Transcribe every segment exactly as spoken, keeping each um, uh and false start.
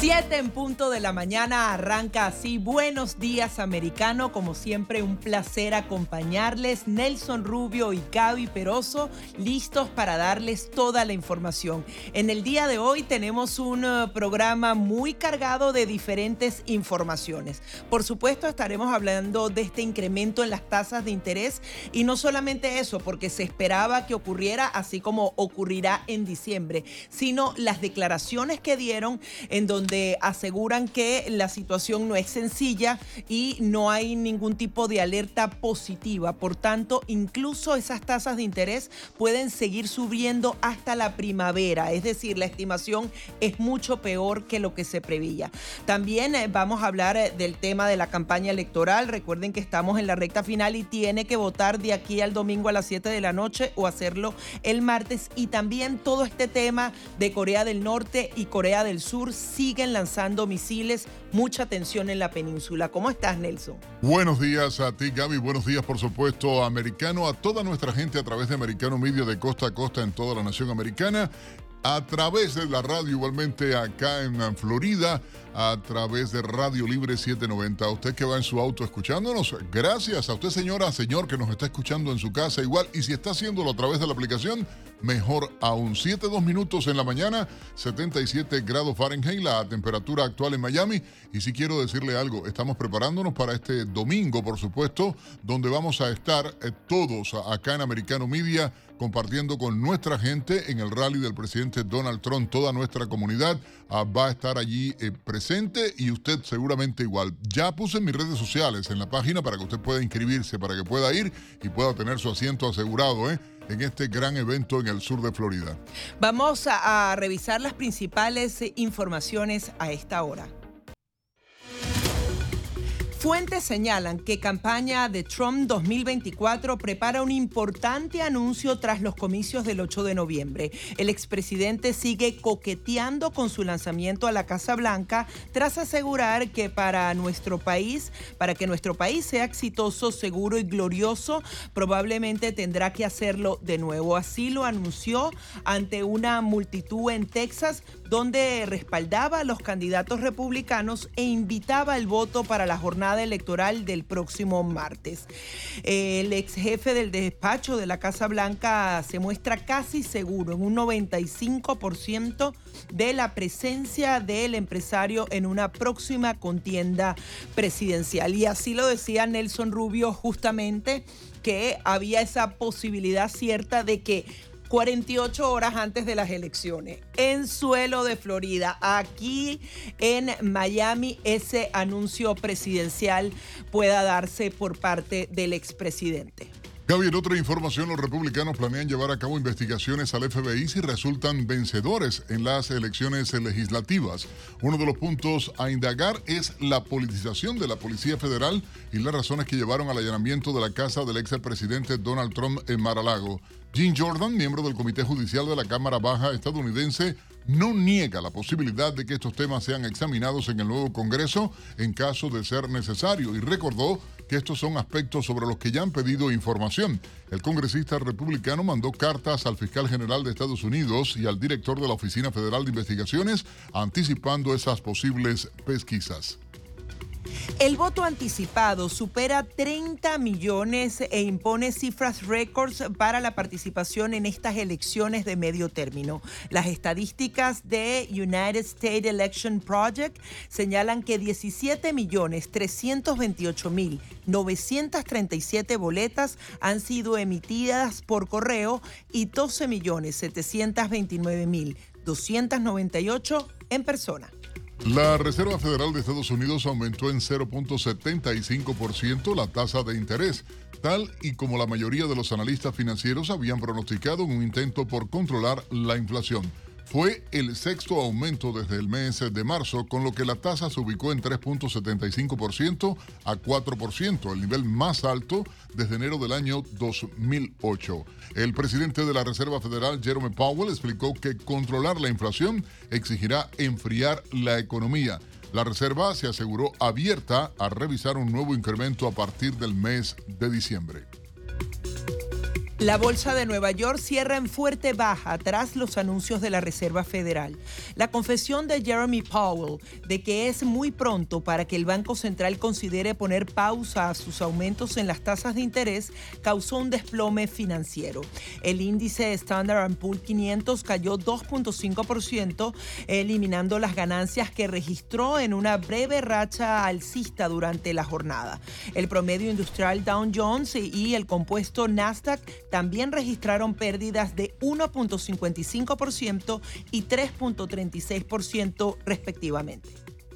Siete en punto de la mañana, arranca así. Buenos días, americano. Como siempre, un placer acompañarles. Nelson Rubio y Gaby Peroso, listos para darles toda la información. En el día de hoy tenemos un uh, programa muy cargado de diferentes informaciones. Por supuesto, estaremos hablando de este incremento en las tasas de interés y no solamente eso, porque se esperaba que ocurriera así como ocurrirá en diciembre, sino las declaraciones que dieron en donde aseguran que la situación no es sencilla y no hay ningún tipo de alerta positiva. Por tanto, incluso esas tasas de interés pueden seguir subiendo hasta la primavera. Es decir, la estimación es mucho peor que lo que se preveía. También eh, vamos a hablar eh, del tema de la campaña electoral. Recuerden que estamos en la recta final y tiene que votar de aquí al domingo a las siete de la noche o hacerlo el martes. Y también todo este tema de Corea del Norte y Corea del Sur siguen lanzando misiles, mucha tensión en la península. ¿Cómo estás, Nelson? Buenos días a ti, Gaby. Buenos días, por supuesto, americano, a toda nuestra gente a través de Americano Media de costa a costa en toda la nación americana, a través de la radio igualmente acá en Florida, a través de Radio Libre setecientos noventa. A usted que va en su auto escuchándonos, gracias. A usted, señora, señor, que nos está escuchando en su casa igual. Y si está haciéndolo a través de la aplicación, mejor aún. siete, dos minutos en la mañana, setenta y siete grados Fahrenheit, la temperatura actual en Miami. Y si quiero decirle algo, estamos preparándonos para este domingo, por supuesto, donde vamos a estar eh, todos acá en Americano Media compartiendo con nuestra gente en el rally del presidente Donald Trump. Toda nuestra comunidad ah, va a estar allí eh, presente y usted seguramente igual. Ya puse en mis redes sociales, en la página, para que usted pueda inscribirse, para que pueda ir y pueda tener su asiento asegurado, ¿eh? en este gran evento en el sur de Florida. Vamos a, a revisar las principales informaciones a esta hora. Fuentes señalan que campaña de Trump dos mil veinticuatro prepara un importante anuncio tras los comicios del ocho de noviembre. El expresidente sigue coqueteando con su lanzamiento a la Casa Blanca tras asegurar que para nuestro país, para que nuestro país sea exitoso, seguro y glorioso, probablemente tendrá que hacerlo de nuevo. Así lo anunció ante una multitud en Texas, donde respaldaba a los candidatos republicanos e invitaba el voto para la jornada electoral del próximo martes. El ex jefe del despacho de la Casa Blanca se muestra casi seguro en un noventa y cinco por ciento de la presencia del empresario en una próxima contienda presidencial. Y así lo decía Nelson Rubio, justamente, que había esa posibilidad cierta de que cuarenta y ocho horas antes de las elecciones, en suelo de Florida, aquí en Miami, ese anuncio presidencial pueda darse por parte del expresidente. Gaby, en otra información, los republicanos planean llevar a cabo investigaciones al F B I si resultan vencedores en las elecciones legislativas. Uno de los puntos a indagar es la politización de la Policía Federal y las razones que llevaron al allanamiento de la casa del expresidente Donald Trump en Mar-a-Lago. Jim Jordan, miembro del Comité Judicial de la Cámara Baja estadounidense, no niega la posibilidad de que estos temas sean examinados en el nuevo Congreso en caso de ser necesario y recordó que estos son aspectos sobre los que ya han pedido información. El congresista republicano mandó cartas al fiscal general de Estados Unidos y al director de la Oficina Federal de Investigaciones anticipando esas posibles pesquisas. El voto anticipado supera treinta millones e impone cifras récords para la participación en estas elecciones de medio término. Las estadísticas de United States Election Project señalan que diecisiete millones trescientos veintiocho mil novecientos treinta y siete boletas han sido emitidas por correo y doce millones setecientos veintinueve mil doscientos noventa y ocho en persona. La Reserva Federal de Estados Unidos aumentó en cero punto setenta y cinco por ciento la tasa de interés, tal y como la mayoría de los analistas financieros habían pronosticado en un intento por controlar la inflación. Fue el sexto aumento desde el mes de marzo, con lo que la tasa se ubicó en tres punto setenta y cinco por ciento a cuatro por ciento, el nivel más alto desde enero del año dos mil ocho. El presidente de la Reserva Federal, Jerome Powell, explicó que controlar la inflación exigirá enfriar la economía. La Reserva se aseguró abierta a revisar un nuevo incremento a partir del mes de diciembre. La bolsa de Nueva York cierra en fuerte baja tras los anuncios de la Reserva Federal. La confesión de Jeremy Powell de que es muy pronto para que el Banco Central considere poner pausa a sus aumentos en las tasas de interés causó un desplome financiero. El índice Standard and Poor's quinientos cayó dos punto cinco por ciento, eliminando las ganancias que registró en una breve racha alcista durante la jornada. El promedio industrial Dow Jones y el compuesto Nasdaq también registraron pérdidas de uno punto cincuenta y cinco por ciento y tres punto treinta y seis por ciento respectivamente.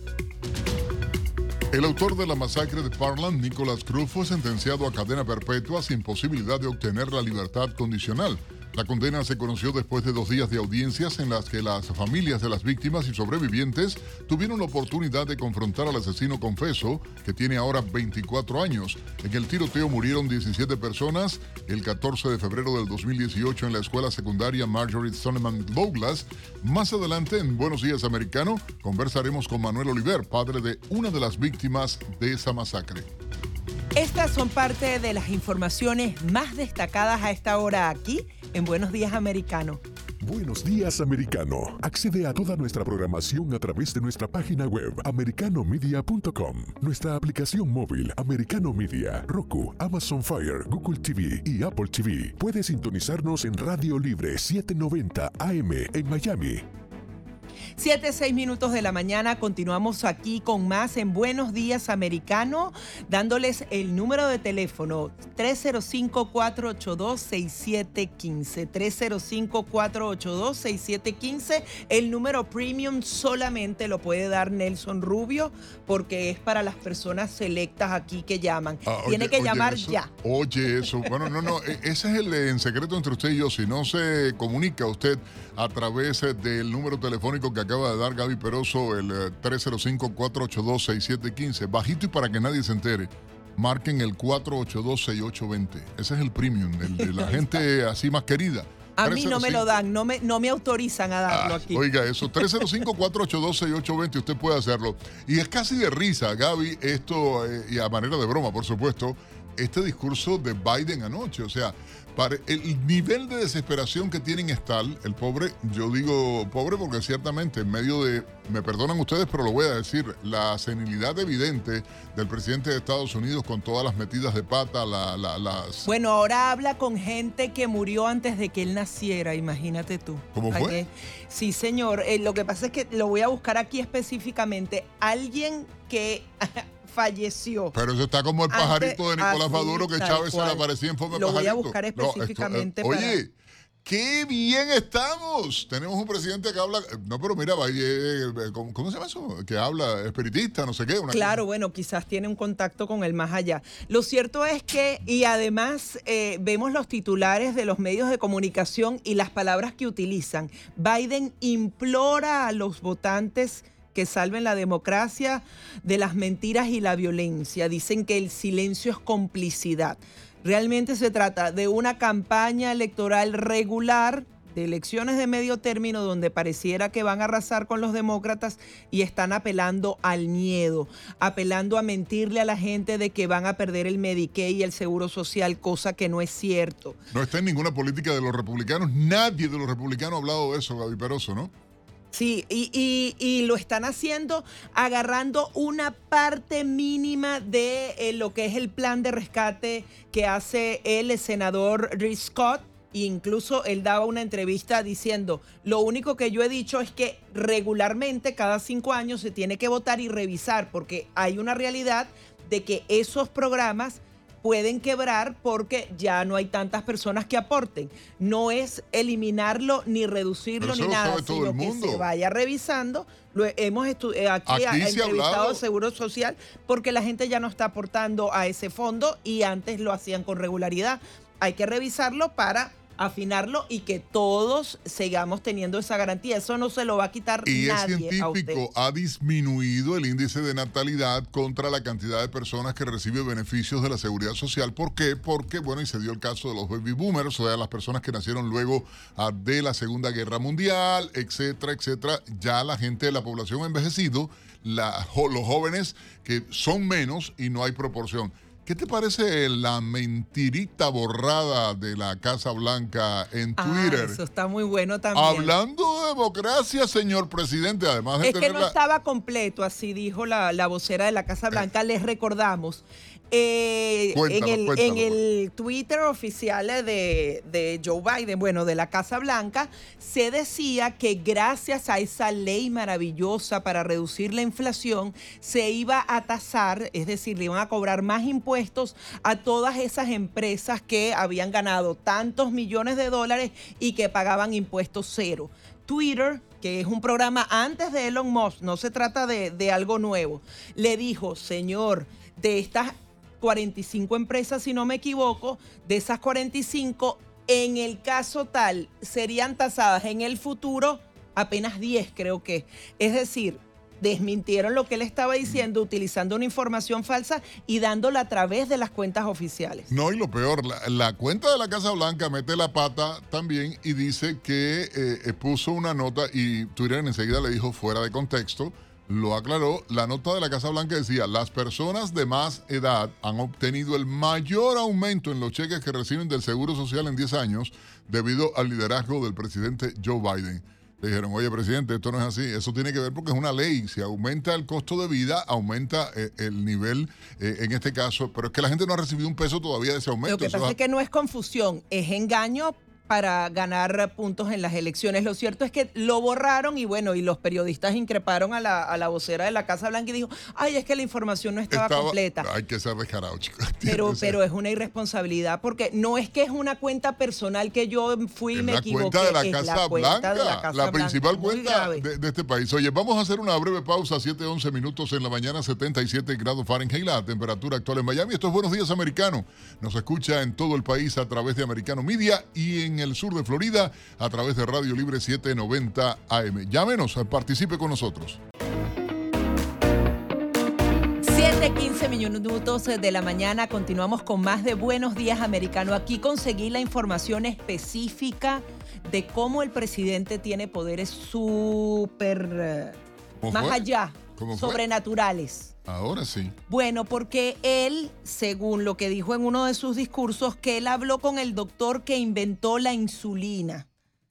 El autor de la masacre de Parkland, Nicholas Cruz, fue sentenciado a cadena perpetua sin posibilidad de obtener la libertad condicional. La condena se conoció después de dos días de audiencias en las que las familias de las víctimas y sobrevivientes tuvieron la oportunidad de confrontar al asesino confeso, que tiene ahora veinticuatro años. En el tiroteo murieron diecisiete personas el catorce de febrero del dos mil dieciocho en la escuela secundaria Marjorie Stoneman Douglas. Más adelante, en Buenos Días Americano, conversaremos con Manuel Oliver, padre de una de las víctimas de esa masacre. Estas son parte de las informaciones más destacadas a esta hora aquí en Buenos Días Americano. Buenos Días Americano. Accede a toda nuestra programación a través de nuestra página web americano media punto com, nuestra aplicación móvil Americano Media, Roku, Amazon Fire, Google T V y Apple T V. Puedes sintonizarnos en Radio Libre setecientos noventa A M en Miami. siete, seis minutos de la mañana, continuamos aquí con más en Buenos Días Americano, dándoles el número de teléfono tres cero cinco, cuatro ocho dos, seis siete uno cinco, tres cero cinco, cuatro ocho dos, seis siete uno cinco. El número premium solamente lo puede dar Nelson Rubio porque es para las personas selectas aquí que llaman. Ah, Tiene oye, que oye, llamar eso, ya. Oye, eso. Bueno, no, no. Ese es el en secreto entre usted y yo. Si no se comunica usted a través del número telefónico que acaba de dar Gaby Peroso, el eh, tres cero cinco, cuatro ocho dos, seis siete uno cinco, bajito y para que nadie se entere, marquen el cuatro ocho dos, seis ocho dos cero. Ese es el premium, el de la gente así más querida. A mí no me lo dan, no me, no me autorizan a darlo Ah, aquí. oiga, eso, tres cero cinco, cuatro ocho dos, seis ocho dos cero, usted puede hacerlo. Y es casi de risa, Gaby, esto, eh, y a manera de broma, por supuesto, este discurso de Biden anoche. O sea, para el nivel de desesperación que tienen es tal, el pobre, yo digo pobre porque ciertamente en medio de, me perdonan ustedes, pero lo voy a decir, la senilidad evidente del presidente de Estados Unidos con todas las metidas de pata, la, la, las... Bueno, ahora habla con gente que murió antes de que él naciera, imagínate tú. ¿Cómo fue? Que, sí, señor. Eh, lo que pasa es que lo voy a buscar aquí específicamente. Alguien que... falleció. Pero eso está como el pajarito Antes, de Nicolás así, Maduro que Chávez cual. se le aparecía en forma de Lo pajarito. voy a buscar específicamente. No, esto, eh, para... Oye, qué bien estamos. Tenemos un presidente que habla... No, pero mira, eh, ¿cómo, ¿cómo se llama eso? Que habla espiritista, no sé qué. Una claro, cosa. bueno, quizás tiene un contacto con el más allá. Lo cierto es que, y además eh, vemos los titulares de los medios de comunicación y las palabras que utilizan. Biden implora a los votantes que salven la democracia de las mentiras y la violencia. Dicen que el silencio es complicidad. Realmente se trata de una campaña electoral regular, de elecciones de medio término, donde pareciera que van a arrasar con los demócratas y están apelando al miedo, apelando a mentirle a la gente de que van a perder el Medicaid y el Seguro Social, cosa que no es cierto. No está en ninguna política de los republicanos. Nadie de los republicanos ha hablado de eso, Gaby Peroso, ¿no? Sí, y, y, y lo están haciendo agarrando una parte mínima de eh, lo que es el plan de rescate que hace el senador Rick Scott. E incluso él daba una entrevista diciendo, lo único que yo he dicho es que regularmente cada cinco años se tiene que votar y revisar, porque hay una realidad de que esos programas pueden quebrar porque ya no hay tantas personas que aporten. No es eliminarlo ni reducirlo ni nada, sino que se vaya revisando. Lo hemos estu- aquí, aquí se ha entrevistado hablado. al Seguro Social porque la gente ya no está aportando a ese fondo y antes lo hacían con regularidad. Hay que revisarlo para afinarlo y que todos sigamos teniendo esa garantía. Eso no se lo va a quitar y nadie es científico, a usted. Ha disminuido el índice de natalidad contra la cantidad de personas que reciben beneficios de la seguridad social. ¿Por qué? Porque, bueno, y se dio el caso de los baby boomers, o sea, las personas que nacieron luego ah, de la Segunda Guerra Mundial, etcétera, etcétera. Ya la gente de la población ha envejecido, la, los jóvenes que son menos y no hay proporción. ¿Qué te parece la mentirita borrada de la Casa Blanca en Twitter? Ah, eso está muy bueno también. Hablando de democracia, señor presidente, además de Es que tener no la... estaba completo, así dijo la, la vocera de la Casa Blanca. Les recordamos. Eh, Cuéntalo, en, el, cuéntalo, en el Twitter oficial de, de Joe Biden, bueno, de la Casa Blanca, se decía que gracias a esa ley maravillosa para reducir la inflación, se iba a tasar, es decir, le iban a cobrar más impuestos a todas esas empresas que habían ganado tantos millones de dólares y que pagaban impuestos cero. Twitter, que es un programa antes de Elon Musk, no se trata de, de algo nuevo, le dijo, señor, de estas cuarenta y cinco empresas, si no me equivoco, de esas cuarenta y cinco, en el caso tal, serían tasadas en el futuro apenas diez, creo que. Es decir, desmintieron lo que él estaba diciendo utilizando una información falsa y dándola a través de las cuentas oficiales. No, y lo peor, la, la cuenta de la Casa Blanca mete la pata también y dice que eh, puso una nota y Twitter enseguida le dijo fuera de contexto. Lo aclaró, la nota de la Casa Blanca decía, las personas de más edad han obtenido el mayor aumento en los cheques que reciben del Seguro Social en diez años debido al liderazgo del presidente Joe Biden. Le dijeron, oye, presidente, esto no es así. Eso tiene que ver porque es una ley. Si aumenta el costo de vida, aumenta eh, el nivel eh, en este caso. Pero es que la gente no ha recibido un peso todavía de ese aumento. Lo que Eso pasa es... es que no es confusión, es engaño para ganar puntos en las elecciones. Lo cierto es que lo borraron y bueno, y los periodistas increparon a la, a la vocera de la Casa Blanca y dijo, ay, es que la información no estaba, estaba completa. Hay que ser descarado, chicos. Pero, pero es una irresponsabilidad porque no es que es una cuenta personal que yo fui y me equivoqué. Es la cuenta de la es Casa la Blanca, cuenta de la, Casa la Blanca, principal cuenta de, de este país. Oye, vamos a hacer una breve pausa, siete once minutos en la mañana, setenta y siete grados Fahrenheit, la temperatura actual en Miami. Esto es Buenos Días Americano. Nos escucha en todo el país a través de Americano Media y en el sur de Florida a través de Radio Libre setecientos noventa A M. Llámenos, participe con nosotros. siete quince minutos de la mañana, continuamos con más de Buenos Días Americano. Aquí conseguí la información específica de cómo el presidente tiene poderes súper más fue? allá, ¿Cómo sobrenaturales. Ahora sí. Bueno, porque él, según lo que dijo en uno de sus discursos, que él habló con el doctor que inventó la insulina.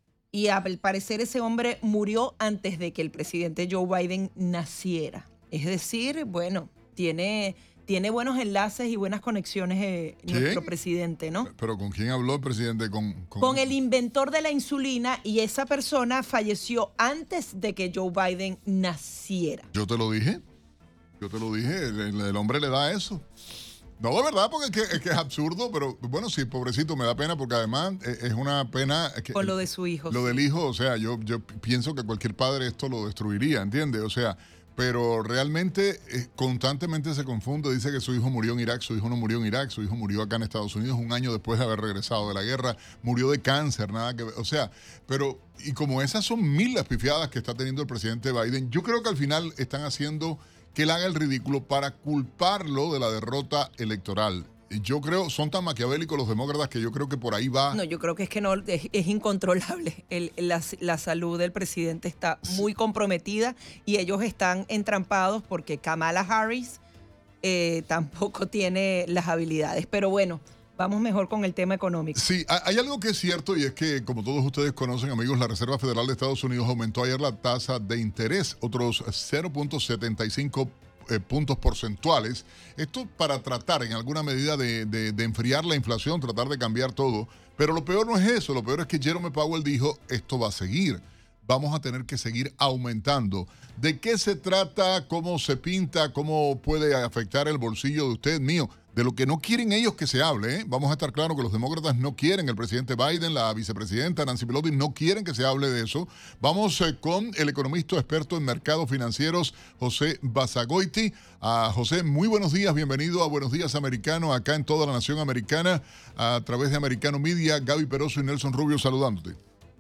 Y al parecer ese hombre murió antes de que el presidente Joe Biden naciera. Es decir, bueno, tiene, tiene buenos enlaces y buenas conexiones eh, nuestro presidente, ¿no? ¿Pero con quién habló el presidente? Con, con... con el inventor de la insulina, y esa persona falleció antes de que Joe Biden naciera. Yo te lo dije. Yo te lo dije, el, el hombre le da eso. No, de verdad, porque es que, es que es absurdo, pero bueno, sí, pobrecito, me da pena porque además es, es una pena... Que, con lo de su hijo. Lo sí. del hijo, o sea, yo, yo pienso que cualquier padre esto lo destruiría, ¿entiendes? O sea, pero realmente eh, constantemente se confunde, dice que su hijo murió en Irak, su hijo no murió en Irak, su hijo murió acá en Estados Unidos un año después de haber regresado de la guerra, murió de cáncer, nada que ver, o sea, pero... Y como esas son mil las pifiadas que está teniendo el presidente Biden, yo creo que al final están haciendo... que él haga el ridículo para culparlo de la derrota electoral. Yo creo, son tan maquiavélicos los demócratas que yo creo que por ahí va. No, yo creo que es que no, es, es incontrolable. El, la, la salud del presidente está muy comprometida y ellos están entrampados porque Kamala Harris eh, tampoco tiene las habilidades. Pero bueno, vamos mejor con el tema económico. Sí, hay algo que es cierto y es que, como todos ustedes conocen, amigos, la Reserva Federal de Estados Unidos aumentó ayer la tasa de interés, otros cero punto setenta y cinco eh, puntos porcentuales. Esto para tratar en alguna medida de, de, de enfriar la inflación, tratar de cambiar todo. Pero lo peor no es eso, lo peor es que Jerome Powell dijo, esto va a seguir. Vamos a tener que seguir aumentando. ¿De qué se trata? ¿Cómo se pinta? ¿Cómo puede afectar el bolsillo de usted, mío? De lo que no quieren ellos que se hable, ¿eh? Vamos a estar claros que los demócratas no quieren, el presidente Biden, la vicepresidenta Nancy Pelosi no quieren que se hable de eso. Vamos eh, con el economista experto en mercados financieros, José Basagoiti. Uh, José, muy buenos días, bienvenido a Buenos Días Americano, acá en toda la nación americana, a través de Americano Media. Gaby Peroso y Nelson Rubio saludándote.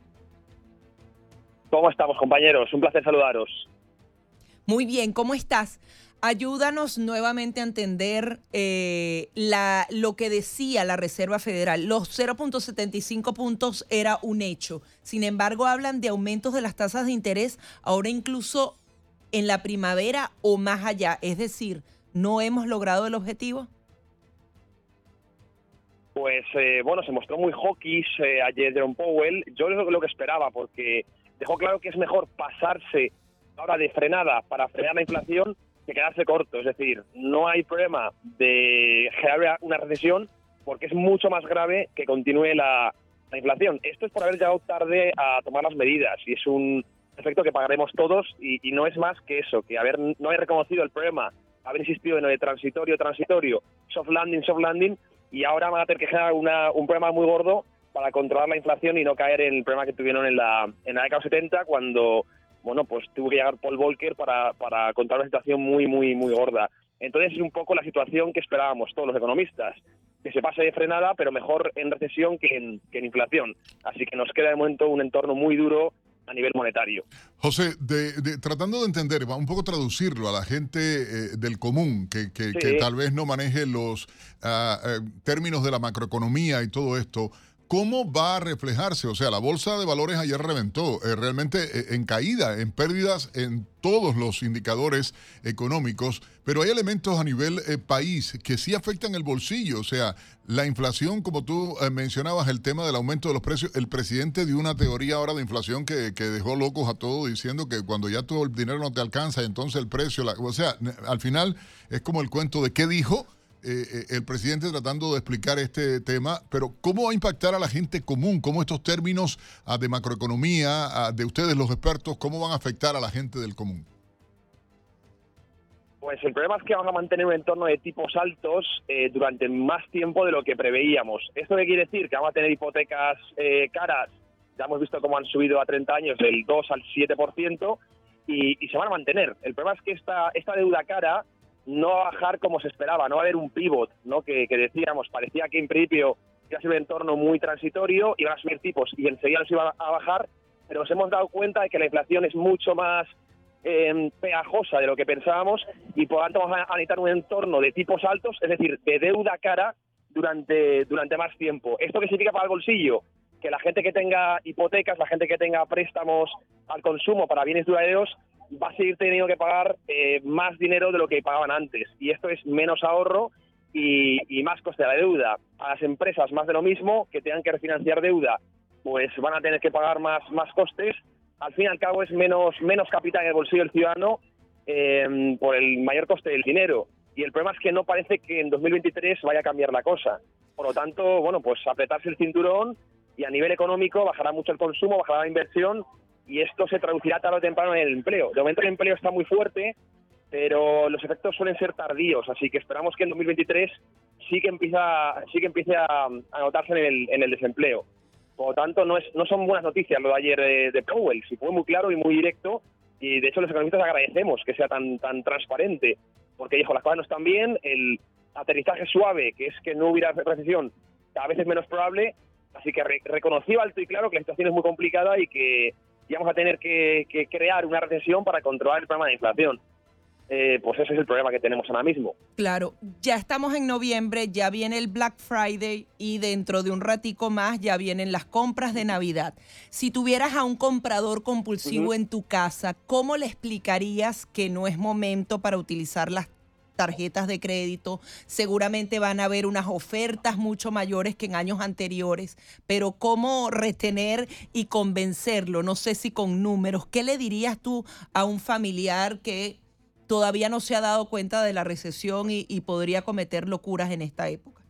¿Cómo estamos, compañeros? Un placer saludaros. Muy bien, ¿cómo estás? Ayúdanos nuevamente a entender eh, la, lo que decía la Reserva Federal. Los cero punto setenta y cinco puntos era un hecho. Sin embargo, hablan de aumentos de las tasas de interés ahora incluso en la primavera o más allá. Es decir, ¿no hemos logrado el objetivo? pues eh, bueno, se mostró muy hawkish eh, ayer Jerome Powell. Yo lo, lo que esperaba, porque dejó claro que es mejor pasarse ahora de frenada para frenar la inflación que quedarse corto. Es decir, no hay problema de generar una recesión porque es mucho más grave que continúe la, la inflación. Esto es por haber llegado tarde a tomar las medidas y es un efecto que pagaremos todos y, y no es más que eso, que haber no haber reconocido el problema, haber insistido en lo de transitorio, transitorio, soft landing, soft landing, y ahora van a tener que generar una, un problema muy gordo para controlar la inflación y no caer en el problema que tuvieron en la, en la década de los setenta, cuando bueno, pues tuvo que llegar Paul Volcker para, para controlar una situación muy, muy, muy gorda. Entonces es un poco la situación que esperábamos todos los economistas, que se pase de frenada, pero mejor en recesión que en, que en inflación. Así que nos queda de momento un entorno muy duro a nivel monetario. José, de, de, tratando de entender, va un poco traducirlo a la gente eh, del común, que, que, sí. que tal vez no maneje los uh, eh, términos de la macroeconomía y todo esto, ¿cómo va a reflejarse? O sea, la bolsa de valores ayer reventó, eh, realmente eh, en caída, en pérdidas en todos los indicadores económicos, pero hay elementos a nivel eh, país que sí afectan el bolsillo. O sea, la inflación, como tú eh, mencionabas, el tema del aumento de los precios. El presidente dio una teoría ahora de inflación que, que dejó locos a todos, diciendo que cuando ya todo el dinero no te alcanza, entonces el precio, la, o sea, al final es como el cuento de qué dijo Eh, el presidente tratando de explicar este tema, pero ¿cómo va a impactar a la gente común? ¿Cómo estos términos uh, de macroeconomía, uh, de ustedes los expertos, cómo van a afectar a la gente del común? Pues el problema es que vamos a mantener un entorno de tipos altos eh, durante más tiempo de lo que preveíamos. ¿Esto qué quiere decir? Que vamos a tener hipotecas eh, caras, ya hemos visto cómo han subido a treinta años del dos al siete por ciento y, y se van a mantener. El problema es que esta, esta deuda cara no va a bajar como se esperaba, no va a haber un pivot, ¿no? Que, que decíamos, parecía que en principio iba a ser un entorno muy transitorio, iban a subir tipos y enseguida los iba a bajar, pero nos hemos dado cuenta de que la inflación es mucho más eh, pegajosa de lo que pensábamos y por lo tanto vamos a necesitar un entorno de tipos altos, es decir, de deuda cara durante, durante más tiempo. ¿Esto qué significa para el bolsillo? Que la gente que tenga hipotecas, la gente que tenga préstamos al consumo para bienes duraderos, va a seguir teniendo que pagar eh, más dinero de lo que pagaban antes. Y esto es menos ahorro y, y más coste de la deuda. A las empresas más de lo mismo, que tengan que refinanciar deuda, pues van a tener que pagar más, más costes. Al fin y al cabo es menos, menos capital en el bolsillo del ciudadano eh, por el mayor coste del dinero. Y el problema es que no parece que en dos mil veintitrés vaya a cambiar la cosa. Por lo tanto, bueno, pues apretarse el cinturón y a nivel económico bajará mucho el consumo, bajará la inversión, y esto se traducirá tarde o temprano en el empleo. De momento el empleo está muy fuerte, pero los efectos suelen ser tardíos, así que esperamos que en dos mil veintitrés sí que empieza, sí que empiece a, a notarse en el, en el desempleo. Por lo tanto, no, es, no son buenas noticias lo de ayer de, de Powell, sí fue muy claro y muy directo, y de hecho los economistas agradecemos que sea tan, tan transparente, porque dijo, las cosas no están bien, el aterrizaje suave, que es que no hubiera recesión, cada vez es menos probable, así que re, reconoció alto y claro que la situación es muy complicada y que y vamos a tener que, que crear una recesión para controlar el problema de inflación. Eh, pues ese es el problema que tenemos ahora mismo. Claro, ya estamos en noviembre, ya viene el Black Friday y dentro de un ratico más ya vienen las compras de Navidad. Si tuvieras a un comprador compulsivo uh-huh. en tu casa, ¿cómo le explicarías que no es momento para utilizar las tarjetas de crédito? Seguramente van a haber unas ofertas mucho mayores que en años anteriores, pero ¿cómo retener y convencerlo? No sé si con números. ¿Qué le dirías tú a un familiar que todavía no se ha dado cuenta de la recesión y, y podría cometer locuras en esta época?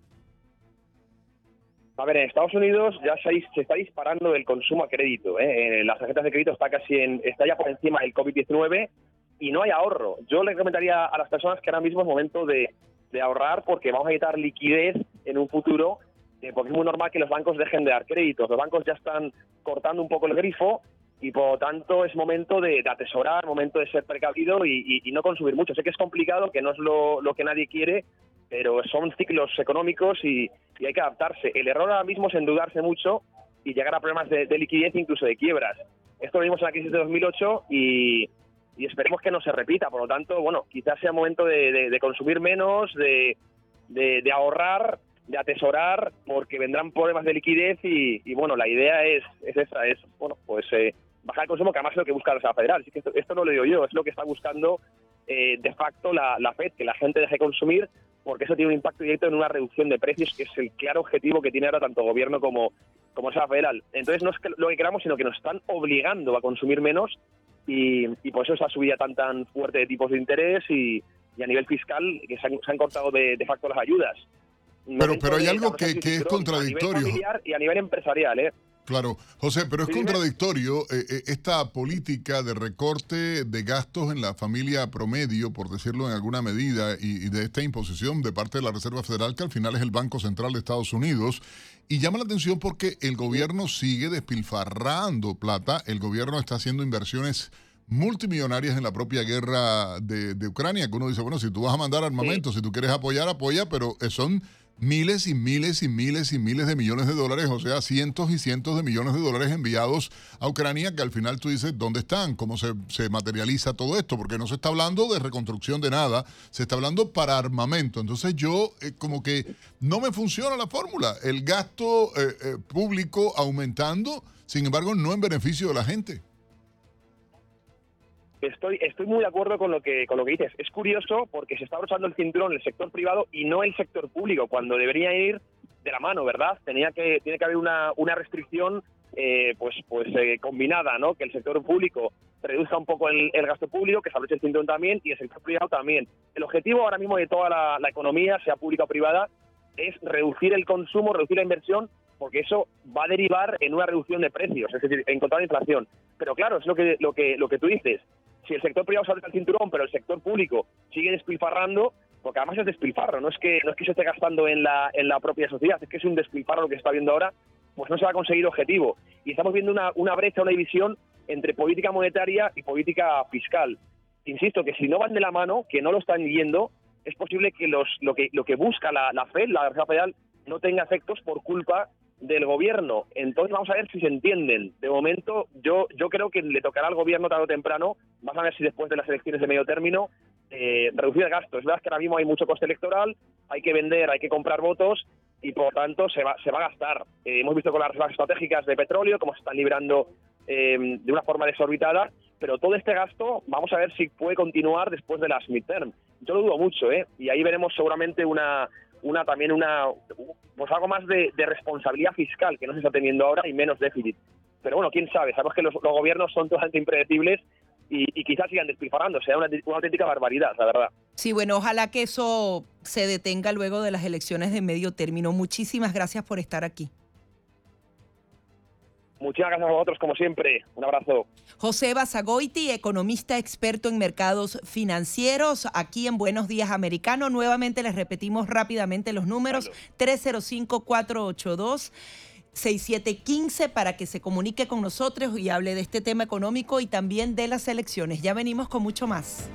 A ver, en Estados Unidos ya se, se está disparando el consumo a crédito, ¿eh? Las tarjetas de crédito está casi en, está ya por encima del COVID diecinueve y no hay ahorro. Yo le recomendaría a las personas que ahora mismo es momento de, de ahorrar porque vamos a necesitar liquidez en un futuro, eh, porque es muy normal que los bancos dejen de dar créditos. Los bancos ya están cortando un poco el grifo y por lo tanto es momento de, de atesorar, momento de ser precavido y, y, y no consumir mucho. Sé que es complicado, que no es lo, lo que nadie quiere, pero son ciclos económicos y, y hay que adaptarse. El error ahora mismo es endeudarse mucho y llegar a problemas de, de liquidez, incluso de quiebras. Esto lo vimos en la crisis de dos mil ocho y... y esperemos que no se repita. Por lo tanto, bueno, quizás sea momento de, de, de consumir menos, de, de, de ahorrar, de atesorar, porque vendrán problemas de liquidez y, y bueno, la idea es, es esa, es, bueno, pues eh, bajar el consumo, que además es lo que busca la Reserva Federal. Así que esto, esto no lo digo yo, es lo que está buscando eh, de facto la, la Fed, que la gente deje de consumir porque eso tiene un impacto directo en una reducción de precios, que es el claro objetivo que tiene ahora tanto el gobierno como, como Reserva Federal. Entonces no es que lo que queramos, sino que nos están obligando a consumir menos y, y por eso esa subida tan tan fuerte de tipos de interés y, y a nivel fiscal que se han, se han cortado de, de facto las ayudas. Pero, pero hay algo que, que es contradictorio. A nivel familiar y a nivel empresarial, ¿eh? Claro, José, pero es Sí, contradictorio eh, eh, esta política de recorte de gastos en la familia promedio, por decirlo en alguna medida, y, y de esta imposición de parte de la Reserva Federal, que al final es el Banco Central de Estados Unidos, y llama la atención porque el gobierno sigue despilfarrando plata, el gobierno está haciendo inversiones multimillonarias en la propia guerra de, de Ucrania, que uno dice, bueno, si tú vas a mandar armamento, sí. si tú quieres apoyar, apoya, pero son miles y miles y miles y miles de millones de dólares, o sea, cientos y cientos de millones de dólares enviados a Ucrania, que al final tú dices, ¿dónde están? ¿Cómo se, se materializa todo esto? Porque no se está hablando de reconstrucción de nada, se está hablando para armamento. Entonces yo, eh, como que no me funciona la fórmula. El gasto eh, eh, público aumentando, sin embargo, no en beneficio de la gente. Estoy, estoy muy de acuerdo con lo que con lo que dices. Es curioso porque se está abrochando el cinturón el sector privado y no el sector público, cuando debería ir de la mano, ¿verdad? Tenía que tiene que haber una, una restricción eh, pues pues eh, combinada, ¿no? Que el sector público reduzca un poco el, el gasto público, que se abroche el cinturón también, y el sector privado también. El objetivo ahora mismo de toda la, la economía, sea pública o privada, es reducir el consumo, reducir la inversión, porque eso va a derivar en una reducción de precios, es decir, en contra de la inflación. Pero claro, es lo que lo que lo que tú dices. Si el sector privado salta el cinturón, pero el sector público sigue despilfarrando, porque además es despilfarro, no es que no es que se esté gastando en la en la propia sociedad, es que es un despilfarro lo que se está viendo ahora, pues no se va a conseguir objetivo. Y estamos viendo una, una brecha, una división entre política monetaria y política fiscal. Insisto, que si no van de la mano, que no lo están yendo, es posible que los lo que lo que busca la, la Fed, la Reserva Federal, no tenga efectos por culpa del gobierno. Entonces vamos a ver si se entienden. De momento yo yo creo que le tocará al gobierno tarde o temprano, vamos a ver si después de las elecciones de medio término, eh, reducir el gasto. Es verdad que ahora mismo hay mucho coste electoral, hay que vender, hay que comprar votos y por lo tanto se va se va a gastar. Eh, hemos visto con las reservas estratégicas de petróleo cómo se están liberando eh, de una forma desorbitada, pero todo este gasto vamos a ver si puede continuar después de las midterm. Yo lo dudo mucho, ¿eh? Y ahí veremos seguramente una una también una pues algo más de, de responsabilidad fiscal que no se está teniendo ahora y menos déficit. Pero bueno, quién sabe, sabemos que los, los gobiernos son totalmente impredecibles y, y quizás sigan despilfarrando, sea una, una auténtica barbaridad, la verdad. Sí, bueno, ojalá que eso se detenga luego de las elecciones de medio término. Muchísimas gracias por estar aquí. Muchas gracias a vosotros, como siempre. Un abrazo. José Basagoiti, economista experto en mercados financieros, aquí en Buenos Días Americano. Nuevamente les repetimos rápidamente los números: tres cero cinco, cuatro ocho dos, seis siete uno cinco para que se comunique con nosotros y hable de este tema económico y también de las elecciones. Ya venimos con mucho más.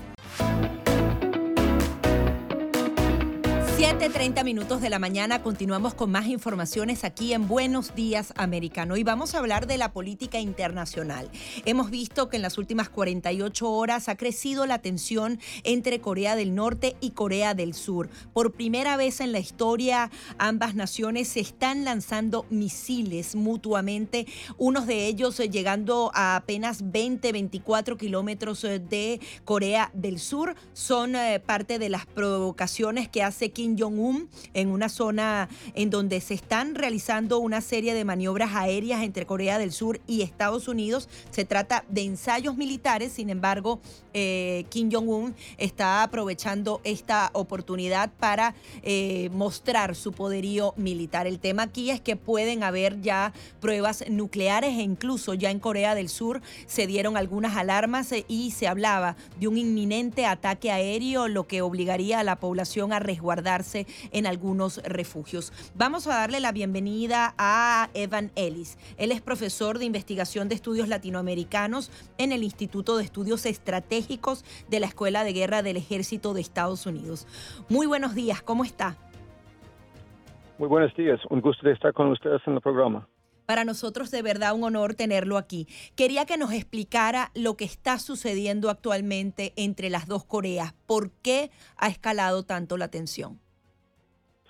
siete treinta minutos de la mañana, continuamos con más informaciones aquí en Buenos Días Americano y vamos a hablar de la política internacional. Hemos visto que en las últimas cuarenta y ocho horas ha crecido la tensión entre Corea del Norte y Corea del Sur. Por primera vez en la historia, ambas naciones se están lanzando misiles mutuamente, unos de ellos llegando a apenas veinte, veinticuatro kilómetros de Corea del Sur. Son parte de las provocaciones que hace Kim Jong-un en una zona en donde se están realizando una serie de maniobras aéreas entre Corea del Sur y Estados Unidos. Se trata de ensayos militares, sin embargo, eh, Kim Jong-un está aprovechando esta oportunidad para eh, mostrar su poderío militar. El tema aquí es que pueden haber ya pruebas nucleares e incluso ya en Corea del Sur se dieron algunas alarmas eh, y se hablaba de un inminente ataque aéreo, lo que obligaría a la población a resguardarse en algunos refugios. Vamos a darle la bienvenida a Evan Ellis. Él es profesor de investigación de estudios latinoamericanos en el Instituto de Estudios Estratégicos de la Escuela de Guerra del Ejército de Estados Unidos. Muy buenos días, ¿cómo está? Muy buenos días, un gusto de estar con ustedes en el programa. Para nosotros de verdad un honor tenerlo aquí. Quería que nos explicara lo que está sucediendo actualmente entre las dos Coreas. ¿Por qué ha escalado tanto la tensión?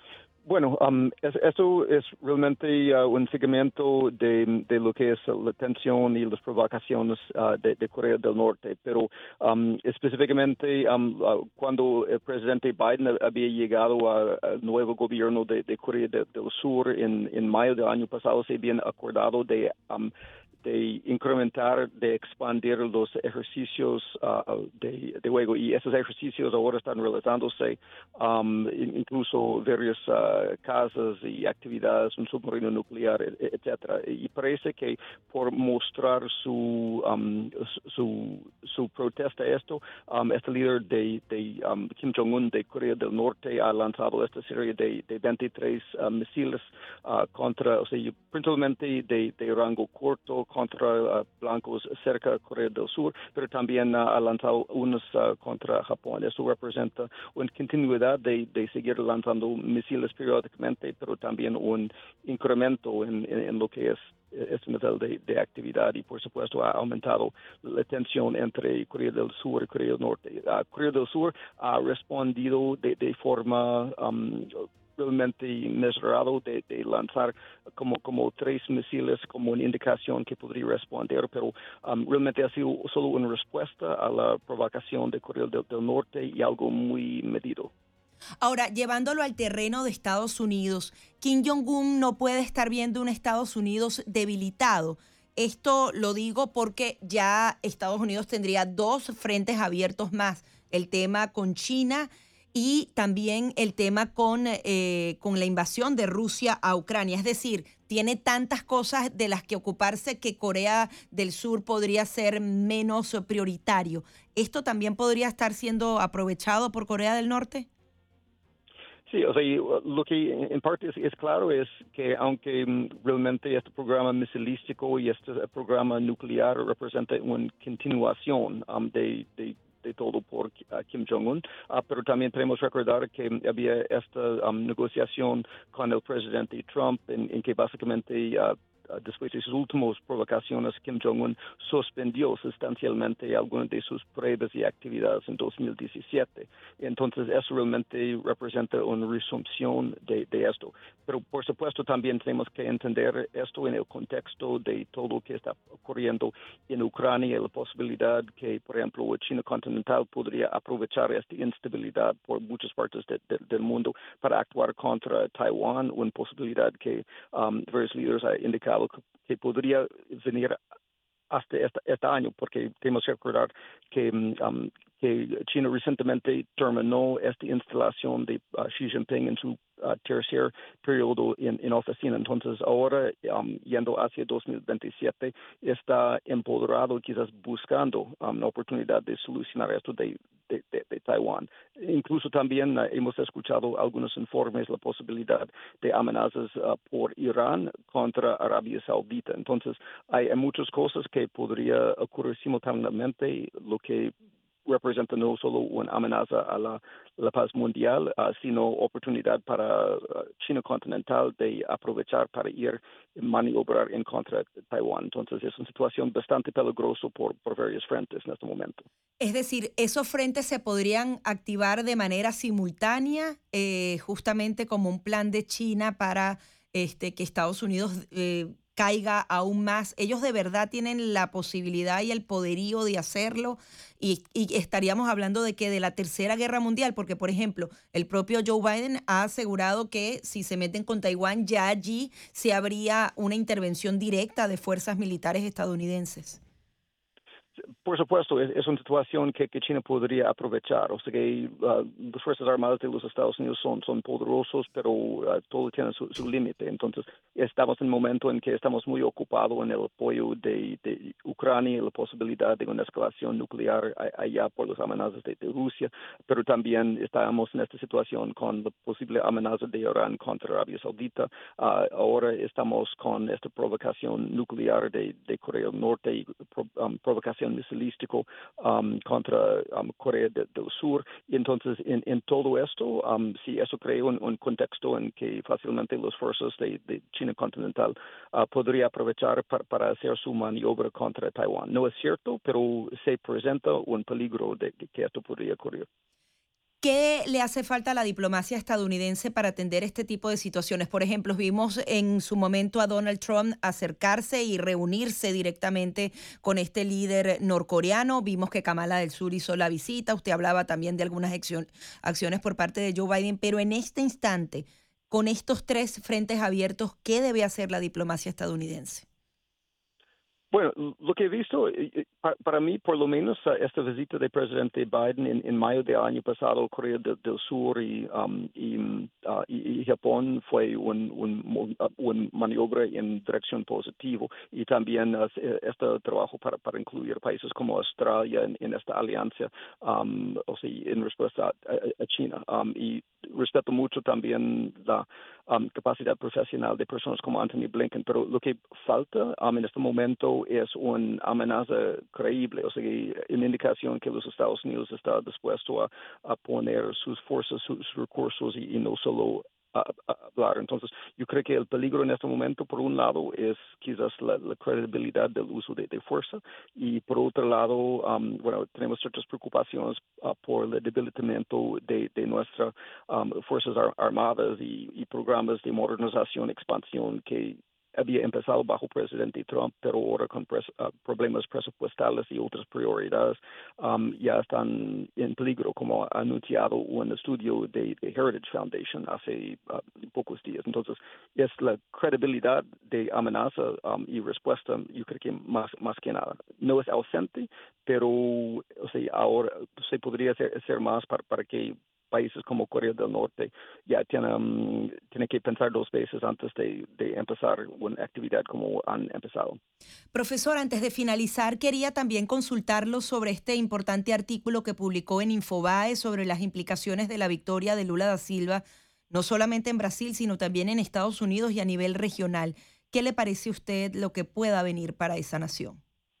Bueno, um, es, esto es realmente uh, un seguimiento de, de lo que es la tensión y las provocaciones uh, de, de Corea del Norte, pero um, específicamente um, uh, cuando el presidente Biden había llegado al nuevo gobierno de, de Corea de, del Sur en, en mayo del año pasado, se habían acordado de um, de incrementar, de expandir los ejercicios uh, de, de juego, y esos ejercicios ahora están realizándose, um, incluso varias uh, casas y actividades, un submarino nuclear, etcétera. Y parece que por mostrar su um, su, su protesta a esto, um, este líder de, de um, Kim Jong-un de Corea del Norte ha lanzado esta serie de, de veintitrés uh, misiles uh, contra, o sea, principalmente de, de rango corto, contra uh, blancos cerca de Corea del Sur, pero también uh, ha lanzado unos uh, contra Japón. Eso representa una continuidad de, de seguir lanzando misiles periódicamente, pero también un incremento en, en, en lo que es este nivel de, de actividad, y por supuesto ha aumentado la tensión entre Corea del Sur y Corea del Norte. Uh, Corea del Sur ha respondido de, de forma um, realmente mesurado de, de lanzar como, como tres misiles como una indicación que podría responder, pero um, realmente ha sido solo una respuesta a la provocación de Corea del, del Norte y algo muy medido. Ahora, llevándolo al terreno de Estados Unidos, Kim Jong-un no puede estar viendo un Estados Unidos debilitado. Esto lo digo porque ya Estados Unidos tendría dos frentes abiertos más, el tema con China y también el tema con, eh, con la invasión de Rusia a Ucrania. Es decir, tiene tantas cosas de las que ocuparse que Corea del Sur podría ser menos prioritario. ¿Esto también podría estar siendo aprovechado por Corea del Norte? Sí, o sea, lo que en parte es, es claro es que aunque um, realmente este programa misilístico y este programa nuclear representa una continuación um, de, de de todo por uh, Kim Jong-un, uh, pero también tenemos que recordar que había esta um, negociación con el presidente Trump en, en que básicamente uh, después de sus últimas provocaciones, Kim Jong-un suspendió sustancialmente algunas de sus pruebas y actividades en dos mil diecisiete. Entonces, eso realmente representa una resumpción de, de esto. Pero, por supuesto, también tenemos que entender esto en el contexto de todo lo que está ocurriendo en Ucrania y la posibilidad que, por ejemplo, China continental podría aprovechar esta instabilidad por muchas partes de, de, del mundo para actuar contra Taiwán, una posibilidad que um, varios líderes han indicado que podría venir hasta este, este año, porque tenemos que recordar que, um, que China recientemente terminó esta instalación de uh, Xi Jinping en su uh, tercer periodo en, en oficina. Entonces, ahora, um, yendo hacia dos mil veintisiete, está empoderado, quizás buscando um, una oportunidad de solucionar esto de, de, de, de Taiwán. Incluso también uh, hemos escuchado algunos informes, la posibilidad de amenazas uh, por Irán contra Arabia Saudita. Entonces, hay, hay muchas cosas que podría ocurrir simultáneamente, lo que representa no solo una amenaza a la, la paz mundial, uh, sino oportunidad para uh, China continental de aprovechar para ir a maniobrar en contra de Taiwán. Entonces es una situación bastante peligrosa por, por varios frentes en este momento. Es decir, esos frentes se podrían activar de manera simultánea, eh, justamente como un plan de China para este, que Estados Unidos eh, caiga aún más. Ellos de verdad tienen la posibilidad y el poderío de hacerlo, y, y estaríamos hablando de que de la Tercera Guerra Mundial, porque por ejemplo el propio Joe Biden ha asegurado que si se meten con Taiwán ya allí se habría una intervención directa de fuerzas militares estadounidenses. Por supuesto, es, es una situación que, que China podría aprovechar. O sea que uh, las Fuerzas Armadas de los Estados Unidos son, son poderosos, pero uh, todo tiene su, su límite. Entonces, estamos en un momento en que estamos muy ocupados en el apoyo de, de Ucrania y la posibilidad de una escalación nuclear allá por las amenazas de, de Rusia, pero también estamos en esta situación con la posible amenaza de Irán contra Arabia Saudita. Uh, ahora estamos con esta provocación nuclear de, de Corea del Norte y um, provocación misilístico um, contra um, Corea de, del Sur. Y entonces, en, en todo esto, um, sí, eso crea un, un contexto en que fácilmente las fuerzas de, de China continental uh, podría aprovechar para, para hacer su maniobra contra Taiwán. No es cierto, pero se presenta un peligro de que, que esto podría ocurrir. ¿Qué le hace falta a la diplomacia estadounidense para atender este tipo de situaciones? Por ejemplo, vimos en su momento a Donald Trump acercarse y reunirse directamente con este líder norcoreano. Vimos que Kamala del Sur hizo la visita. Usted hablaba también de algunas acción, acciones por parte de Joe Biden. Pero en este instante, con estos tres frentes abiertos, ¿qué debe hacer la diplomacia estadounidense? Bueno, lo que he visto, para mí, por lo menos, esta visita del presidente Biden en, en mayo del año pasado, Corea del, del Sur y, um, y, uh, y, y Japón fue un, un, un maniobra en dirección positiva. Y también uh, este trabajo para, para incluir países como Australia en, en esta alianza, um, o sea, en respuesta a, a China. Um, y respeto mucho también la um, capacidad profesional de personas como Anthony Blinken, pero lo que falta um, en este momento es una amenaza creíble, o sea, una indicación que los Estados Unidos está dispuesto a, a poner sus fuerzas, sus recursos y, y no solo a, a hablar. Entonces, yo creo que el peligro en este momento, por un lado, es quizás la, la credibilidad del uso de, de fuerza y, por otro lado, um, bueno, tenemos ciertas preocupaciones uh, por el debilitamiento de, de nuestras um, fuerzas ar armadas y, y programas de modernización, expansión que había empezado bajo el presidente Trump, pero ahora con pres uh, problemas presupuestales y otras prioridades um, ya están en peligro, como ha anunciado un estudio de, de Heritage Foundation hace uh, pocos días. Entonces, es la credibilidad de amenaza um, y respuesta, yo creo que más, más que nada. No es ausente, pero o sea, ahora se podría hacer, hacer más para, para que países como Corea del Norte ya tienen, um, tienen que pensar dos veces antes de, de empezar una actividad como han empezado. Profesor, antes de finalizar, quería también consultarlo sobre este importante artículo que publicó en Infobae sobre las implicaciones de la victoria de Lula da Silva, no solamente en Brasil, sino también en Estados Unidos y a nivel regional. ¿Qué le parece a usted lo que pueda venir para esa nación?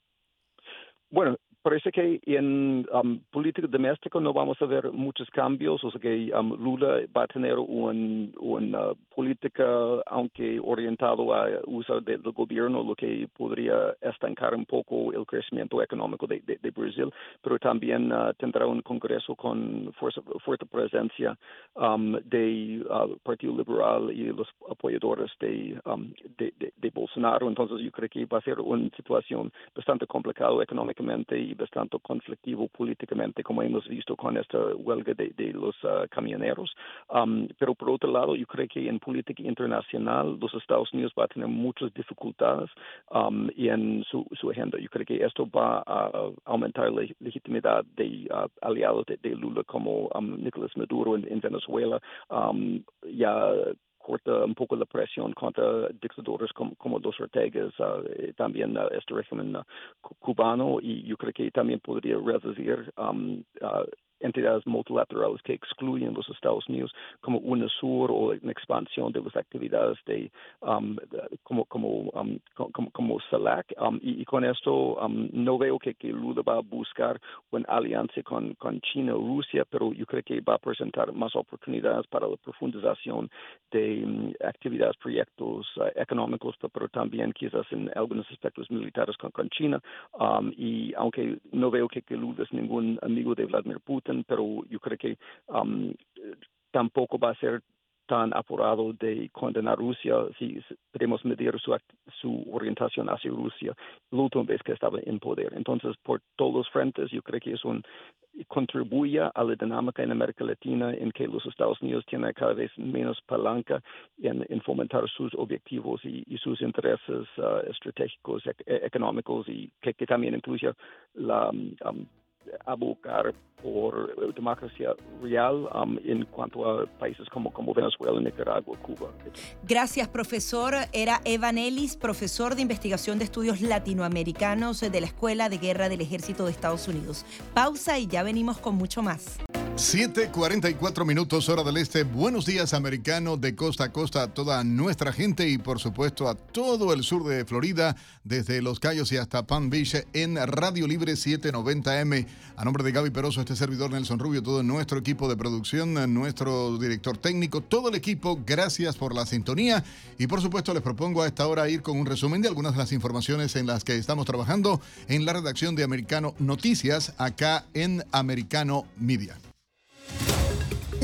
Bueno, parece que en um, política doméstica no vamos a ver muchos cambios, o sea que um, Lula va a tener un, una política, aunque orientado a uso del de gobierno, lo que podría estancar un poco el crecimiento económico de, de, de Brasil, pero también uh, tendrá un congreso con fuerza, fuerte presencia um, del uh, Partido Liberal y los apoyadores de, um, de, de, de Bolsonaro. Entonces yo creo que va a ser una situación bastante complicada económicamente y bastante conflictivo políticamente, como hemos visto con esta huelga de, de los uh, camioneros. Um, pero por otro lado, yo creo que en política internacional los Estados Unidos van a tener muchas dificultades um, en su, su agenda. Yo creo que esto va a aumentar la legitimidad de uh, aliados de, de Lula como um, Nicolás Maduro en, en Venezuela. Um, ya corta un poco la presión contra dictadores como, como los Ortegas, uh, también uh, este régimen uh, cubano, y yo creo que también podría reducir um, uh, entidades multilaterales que excluyen los Estados Unidos como UNASUR o una expansión de las actividades de um, como como, um, como como CELAC um, y, y con esto um, no veo que, que Lula va a buscar una alianza con, con China o Rusia, pero yo creo que va a presentar más oportunidades para la profundización de um, actividades, proyectos uh, económicos, pero, pero también quizás en algunos aspectos militares con, con China um, y aunque no veo que, que Lula es ningún amigo de Vladimir Putin, pero yo creo que um, tampoco va a ser tan apurado de condenar a Rusia si podemos medir su, su orientación hacia Rusia la última vez que estaba en poder. Entonces, por todos los frentes, yo creo que es un contribuye a la dinámica en América Latina en que los Estados Unidos tienen cada vez menos palanca en, en fomentar sus objetivos y, y sus intereses uh, estratégicos, e económicos y que, que también incluye la um, abocar por democracia real um, en cuanto a países como, como Venezuela, Nicaragua, Cuba. Gracias, profesor. Era Evan Ellis, profesor de investigación de estudios latinoamericanos de la Escuela de Guerra del Ejército de Estados Unidos. Pausa y ya venimos con mucho más. siete cuarenta y cuatro minutos hora del este. Buenos días, americano, de costa a costa a toda nuestra gente y por supuesto a todo el sur de Florida, desde Los Cayos y hasta Palm Beach en Radio Libre setecientos noventa eme. A nombre de Gaby Peroso, este servidor Nelson Rubio, todo nuestro equipo de producción, nuestro director técnico, todo el equipo, gracias por la sintonía y por supuesto les propongo a esta hora ir con un resumen de algunas de las informaciones en las que estamos trabajando en la redacción de Americano Noticias acá en Americano Media.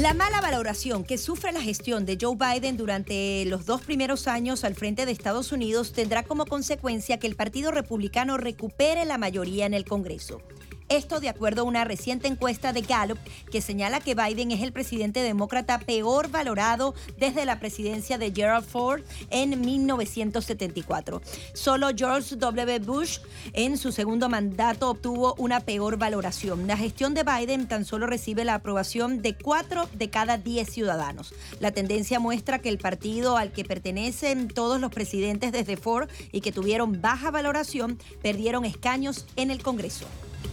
La mala valoración que sufre la gestión de Joe Biden durante los dos primeros años al frente de Estados Unidos tendrá como consecuencia que el Partido Republicano recupere la mayoría en el Congreso. Esto de acuerdo a una reciente encuesta de Gallup que señala que Biden es el presidente demócrata peor valorado desde la presidencia de Gerald Ford en mil novecientos setenta y cuatro. Solo George W. Bush en su segundo mandato obtuvo una peor valoración. La gestión de Biden tan solo recibe la aprobación de cuatro de cada diez ciudadanos. La tendencia muestra que el partido al que pertenecen todos los presidentes desde Ford y que tuvieron baja valoración perdieron escaños en el Congreso.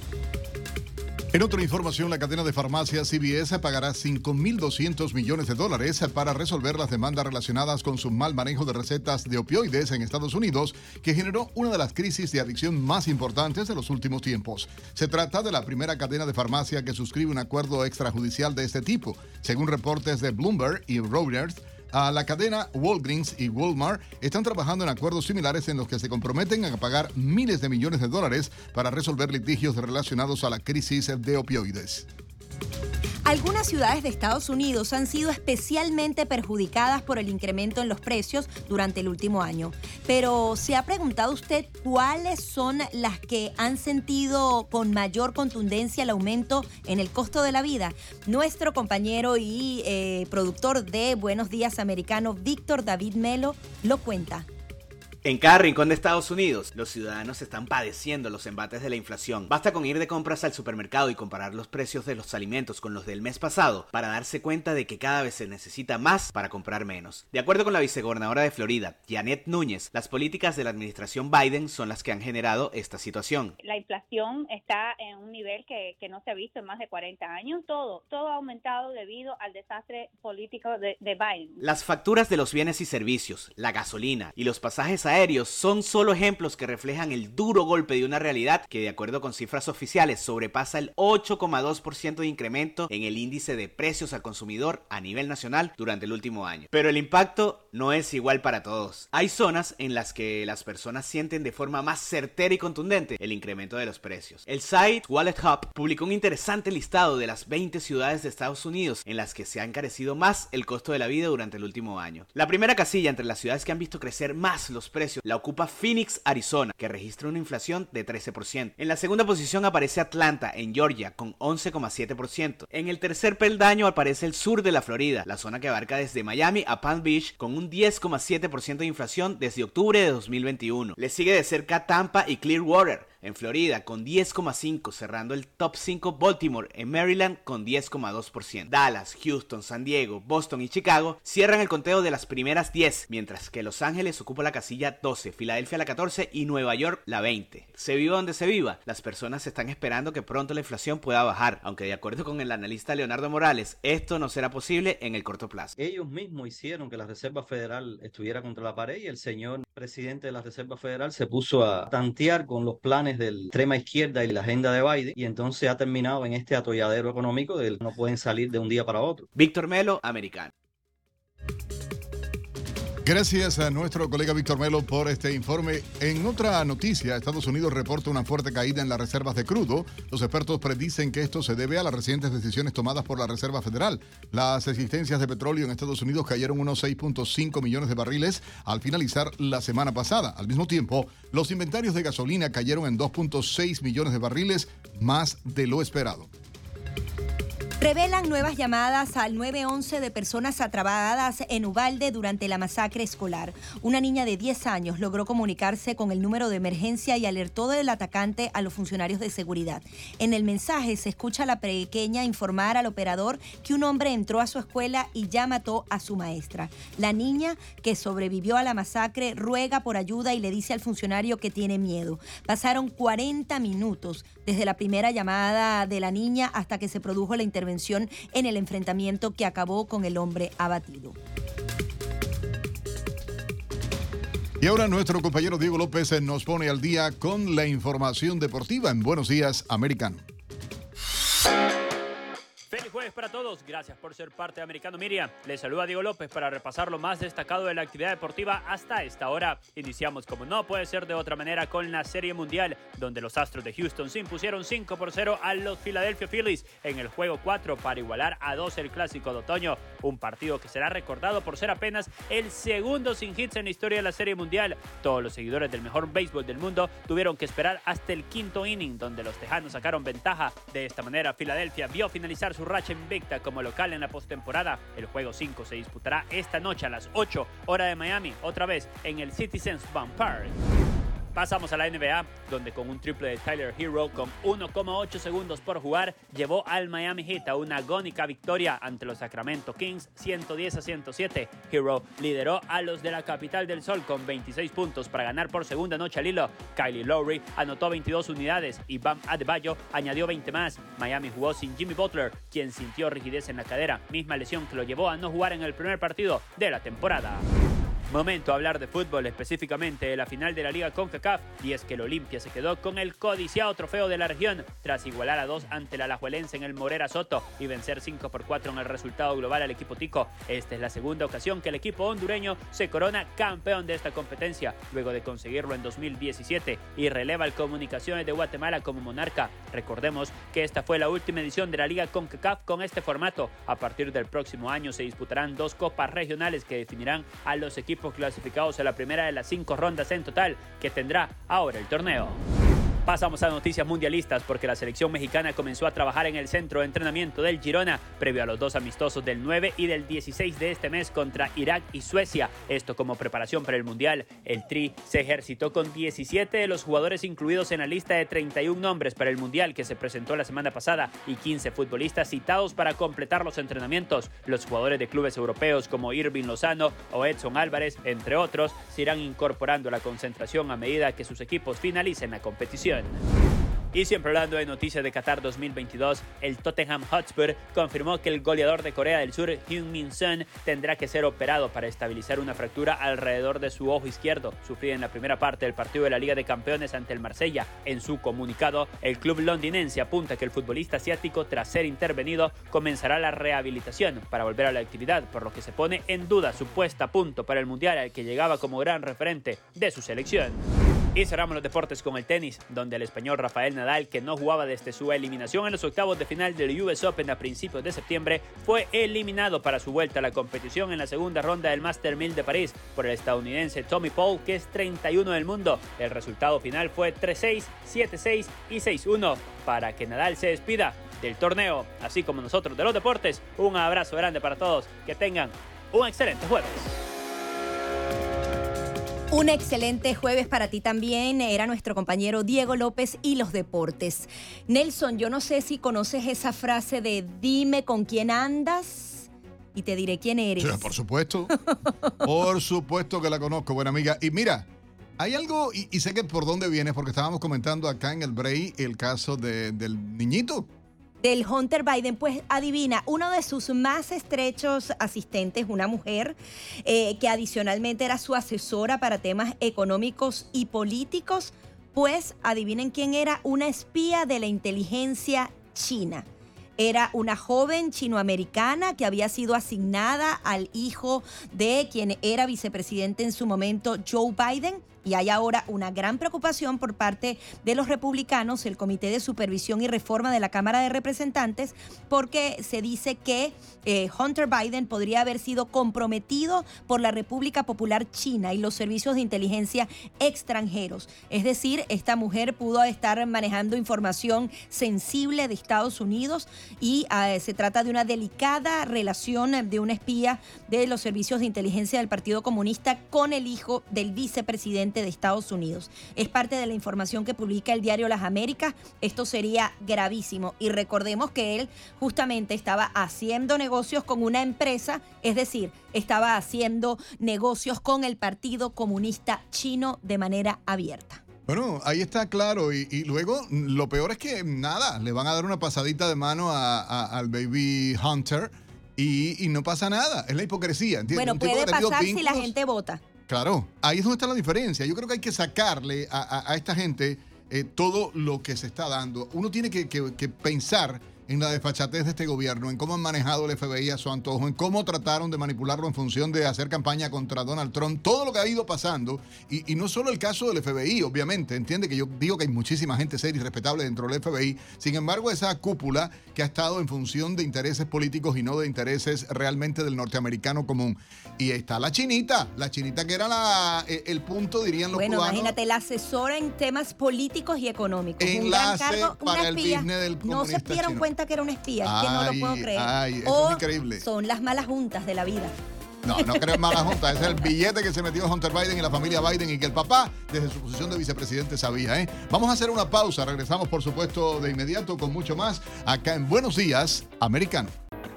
En otra información, la cadena de farmacias C V S pagará cinco mil doscientos millones de dólares para resolver las demandas relacionadas con su mal manejo de recetas de opioides en Estados Unidos, que generó una de las crisis de adicción más importantes de los últimos tiempos. Se trata de la primera cadena de farmacia que suscribe un acuerdo extrajudicial de este tipo. Según reportes de Bloomberg y Reuters, a la cadena Walgreens y Walmart están trabajando en acuerdos similares en los que se comprometen a pagar miles de millones de dólares para resolver litigios relacionados a la crisis de opioides. Algunas ciudades de Estados Unidos han sido especialmente perjudicadas por el incremento en los precios durante el último año. Pero ¿se ha preguntado usted cuáles son las que han sentido con mayor contundencia el aumento en el costo de la vida? Nuestro compañero y eh, productor de Buenos Días Americano, Víctor David Melo, lo cuenta. En cada rincón de Estados Unidos, los ciudadanos están padeciendo los embates de la inflación. Basta con ir de compras al supermercado y comparar los precios de los alimentos con los del mes pasado para darse cuenta de que cada vez se necesita más para comprar menos. De acuerdo con la vicegobernadora de Florida, Janet Núñez, las políticas de la administración Biden son las que han generado esta situación. La inflación está en un nivel que, que no se ha visto en más de cuarenta años. Todo, todo ha aumentado debido al desastre político de, de Biden. Las facturas de los bienes y servicios, la gasolina y los pasajes aéreos son solo ejemplos que reflejan el duro golpe de una realidad que, de acuerdo con cifras oficiales, sobrepasa el ocho coma dos por ciento de incremento en el índice de precios al consumidor a nivel nacional durante el último año. Pero el impacto no es igual para todos. Hay zonas en las que las personas sienten de forma más certera y contundente el incremento de los precios. El site Wallet Hub publicó un interesante listado de las veinte ciudades de Estados Unidos en las que se ha encarecido más el costo de la vida durante el último año. La primera casilla entre las ciudades que han visto crecer más los precios la ocupa Phoenix, Arizona, que registra una inflación de trece por ciento. En la segunda posición aparece Atlanta, en Georgia, con once coma siete por ciento. En el tercer peldaño aparece el sur de la Florida, la zona que abarca desde Miami a Palm Beach, con un diez coma siete por ciento de inflación desde octubre de dos mil veintiuno. Le sigue de cerca Tampa y Clearwater, en Florida, con diez coma cinco por ciento, cerrando el top cinco Baltimore, en Maryland, con diez coma dos por ciento. Dallas, Houston, San Diego, Boston y Chicago cierran el conteo de las primeras diez, mientras que Los Ángeles ocupa la casilla doce, Filadelfia la catorce y Nueva York la veinte. Se viva donde se viva, las personas están esperando que pronto la inflación pueda bajar, aunque de acuerdo con el analista Leonardo Morales, esto no será posible en el corto plazo. Ellos mismos hicieron que la Reserva Federal estuviera contra la pared y el señor presidente de la Reserva Federal se puso a tantear con los planes de la extrema izquierda y la agenda de Biden, y entonces ha terminado en este atolladero económico del no pueden salir de un día para otro. Víctor Melo, Americano. Gracias a nuestro colega Víctor Melo por este informe. En otra noticia, Estados Unidos reporta una fuerte caída en las reservas de crudo. Los expertos predicen que esto se debe a las recientes decisiones tomadas por la Reserva Federal. Las existencias de petróleo en Estados Unidos cayeron unos seis punto cinco millones de barriles al finalizar la semana pasada. Al mismo tiempo, los inventarios de gasolina cayeron en dos punto seis millones de barriles, más de lo esperado. Revelan nuevas llamadas al nueve once de personas atrapadas en Uvalde durante la masacre escolar. Una niña de diez años logró comunicarse con el número de emergencia y alertó del atacante a los funcionarios de seguridad. En el mensaje se escucha a la pequeña informar al operador que un hombre entró a su escuela y ya mató a su maestra. La niña, que sobrevivió a la masacre, ruega por ayuda y le dice al funcionario que tiene miedo. Pasaron cuarenta minutos desde la primera llamada de la niña hasta que se produjo la intervención en el enfrentamiento que acabó con el hombre abatido. Y ahora nuestro compañero Diego López nos pone al día con la información deportiva en Buenos Días Americano. Feliz jueves. jueves para todos. Gracias por ser parte de Americano Media. Les saluda Diego López para repasar lo más destacado de la actividad deportiva hasta esta hora. Iniciamos, como no puede ser de otra manera, con la Serie Mundial, donde los Astros de Houston se impusieron cinco por cero a los Philadelphia Phillies en el juego cuatro para igualar a dos el Clásico de Otoño. Un partido que será recordado por ser apenas el segundo sin hits en la historia de la Serie Mundial. Todos los seguidores del mejor béisbol del mundo tuvieron que esperar hasta el quinto inning, donde los tejanos sacaron ventaja. De esta manera, Filadelfia vio finalizar su racha invicta como local en la postemporada. El juego cinco se disputará esta noche a las ocho, hora de Miami, otra vez en el Citizens Bank Park. Pasamos a la N B A, donde con un triple de Tyler Herro con uno coma ocho segundos por jugar, llevó al Miami Heat a una agónica victoria ante los Sacramento Kings, ciento diez a ciento siete. Herro lideró a los de la capital del sol con veintiséis puntos para ganar por segunda noche al hilo. Kyle Lowry anotó veintidós unidades y Bam Adebayo añadió veinte más. Miami jugó sin Jimmy Butler, quien sintió rigidez en la cadera, misma lesión que lo llevó a no jugar en el primer partido de la temporada. Momento a hablar de fútbol, específicamente de la final de la Liga CONCACAF, y es que el Olimpia se quedó con el codiciado trofeo de la región tras igualar a dos ante el alajuelense en el Morera Soto y vencer cinco por cuatro en el resultado global al equipo tico. Esta es la segunda ocasión que el equipo hondureño se corona campeón de esta competencia, luego de conseguirlo en dos mil diecisiete, y releva al Comunicaciones de Guatemala como monarca. Recordemos que esta fue la última edición de la Liga CONCACAF con este formato. A partir del próximo año se disputarán dos copas regionales que definirán a los equipos clasificados a la primera de las cinco rondas en total que tendrá ahora el torneo. Pasamos a noticias mundialistas porque la selección mexicana comenzó a trabajar en el centro de entrenamiento del Girona previo a los dos amistosos del nueve y del dieciséis de este mes contra Irak y Suecia. Esto como preparación para el Mundial. El Tri se ejercitó con diecisiete de los jugadores incluidos en la lista de treinta y un nombres para el Mundial que se presentó la semana pasada y quince futbolistas citados para completar los entrenamientos. Los jugadores de clubes europeos como Irving Lozano o Edson Álvarez, entre otros, se irán incorporando a la concentración a medida que sus equipos finalicen la competición. Y siempre hablando de noticias de Qatar dos mil veintidós, el Tottenham Hotspur confirmó que el goleador de Corea del Sur, Heung-min Son, tendrá que ser operado para estabilizar una fractura alrededor de su ojo izquierdo, sufrida en la primera parte del partido de la Liga de Campeones ante el Marsella. En su comunicado, el club londinense apunta que el futbolista asiático, tras ser intervenido, comenzará la rehabilitación para volver a la actividad, por lo que se pone en duda su puesta a punto para el Mundial al que llegaba como gran referente de su selección. Y cerramos los deportes con el tenis, donde el español Rafael Nadal, que no jugaba desde su eliminación en los octavos de final del U S Open a principios de septiembre, fue eliminado para su vuelta a la competición en la segunda ronda del Master mil de París por el estadounidense Tommy Paul, que es treinta y uno del mundo. El resultado final fue tres seis, siete seis y seis uno para que Nadal se despida del torneo. Así como nosotros de los deportes, un abrazo grande para todos. Que tengan un excelente jueves. Un excelente jueves para ti también. Era nuestro compañero Diego López y los deportes. Nelson, yo no sé si conoces esa frase de dime con quién andas y te diré quién eres. Sí, por supuesto. Por supuesto que la conozco, buena amiga. Y mira, hay algo, y, y sé que por dónde vienes, porque estábamos comentando acá en el break el caso de, del niñito. Del Hunter Biden, pues adivina, uno de sus más estrechos asistentes, una mujer eh, que adicionalmente era su asesora para temas económicos y políticos, pues adivinen quién era, una espía de la inteligencia china. Era una joven chinoamericana que había sido asignada al hijo de quien era vicepresidente en su momento, Joe Biden. Y hay ahora una gran preocupación por parte de los republicanos, el Comité de Supervisión y Reforma de la Cámara de Representantes, porque se dice que eh, Hunter Biden podría haber sido comprometido por la República Popular China y los servicios de inteligencia extranjeros. Es decir, esta mujer pudo estar manejando información sensible de Estados Unidos y eh, se trata de una delicada relación de una espía de los servicios de inteligencia del Partido Comunista con el hijo del vicepresidente de Estados Unidos. Es parte de la información que publica el diario Las Américas. Esto sería gravísimo. Y recordemos que él justamente estaba haciendo negocios con una empresa, es decir, estaba haciendo negocios con el Partido Comunista Chino de manera abierta. Bueno, ahí está claro. Y, y luego, lo peor es que nada, le van a dar una pasadita de mano a, a, al baby Hunter y, y no pasa nada. Es la hipocresía, ¿entiendes? Bueno, Un puede pasar si la vínculos. gente vota. Claro, ahí es donde está la diferencia. Yo creo que hay que sacarle a, a, a esta gente eh, todo lo que se está dando. Uno tiene que, que, que pensar en la desfachatez de este gobierno, en cómo han manejado el F B I a su antojo, en cómo trataron de manipularlo en función de hacer campaña contra Donald Trump, todo lo que ha ido pasando, y, y no solo el caso del F B I, obviamente, entiende que yo digo que hay muchísima gente seria y respetable dentro del F B I, sin embargo esa cúpula que ha estado en función de intereses políticos y no de intereses realmente del norteamericano común. Y está la chinita, la chinita que era la, el punto, dirían los bueno, cubanos. Bueno, imagínate, la asesora en temas políticos y económicos. Enlace un gran cargo, para una el espía. business del No se comunista dieron chino. cuenta que era una espía, es ay, que no lo puedo creer. Ay, eso o es increíble. Son las malas juntas de la vida. No, no creo en mala junta. Ese es el billete que se metió Hunter Biden y la familia Biden y que el papá, desde su posición de vicepresidente, sabía. ¿eh? Vamos a hacer una pausa. Regresamos, por supuesto, de inmediato con mucho más acá en Buenos Días, Americano.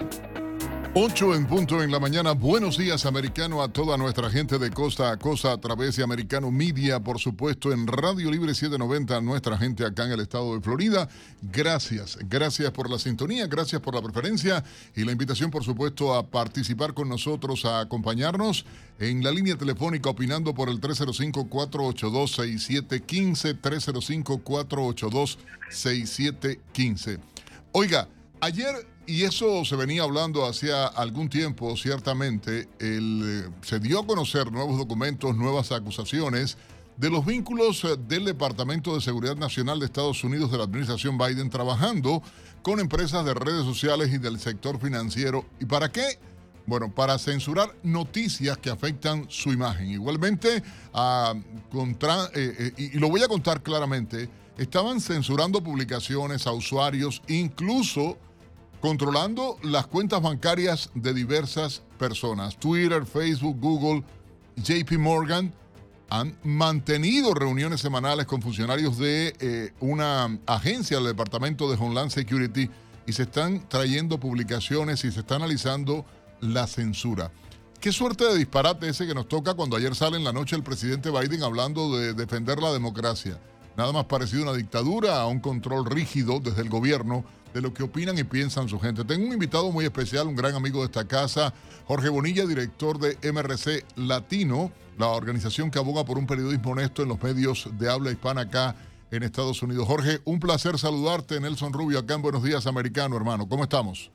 ocho en punto en la mañana. Buenos días, Americano, a toda nuestra gente de costa a costa a través de Americano Media, por supuesto, en Radio Libre setecientos noventa, a nuestra gente acá en el estado de Florida. Gracias, gracias por la sintonía, gracias por la preferencia y la invitación, por supuesto, a participar con nosotros, a acompañarnos en la línea telefónica opinando por el tres cero cinco, cuatro ocho dos, seis siete uno cinco, tres cero cinco, cuatro ocho dos, seis siete uno cinco. Oiga, ayer... Y eso se venía hablando hacía algún tiempo, ciertamente. El, eh, se dio a conocer nuevos documentos, nuevas acusaciones de los vínculos eh, del Departamento de Seguridad Nacional de Estados Unidos de la administración Biden trabajando con empresas de redes sociales y del sector financiero. ¿Y para qué? Bueno, para censurar noticias que afectan su imagen. Igualmente, a, contra, eh, eh, y, y lo voy a contar claramente, estaban censurando publicaciones a usuarios, incluso controlando las cuentas bancarias de diversas personas. Twitter, Facebook, Google, J P Morgan han mantenido reuniones semanales con funcionarios de eh, una agencia del Departamento de Homeland Security y se están trayendo publicaciones y se está analizando la censura. Qué suerte de disparate ese que nos toca cuando ayer sale en la noche el presidente Biden hablando de defender la democracia. Nada más parecido a una dictadura, a un control rígido desde el gobierno de lo que opinan y piensan su gente. Tengo un invitado muy especial, un gran amigo de esta casa, Jorge Bonilla, director de M R C Latino, la organización que aboga por un periodismo honesto en los medios de habla hispana acá en Estados Unidos. Jorge, un placer saludarte. Nelson Rubio acá en Buenos Días, Americano, hermano. ¿Cómo estamos?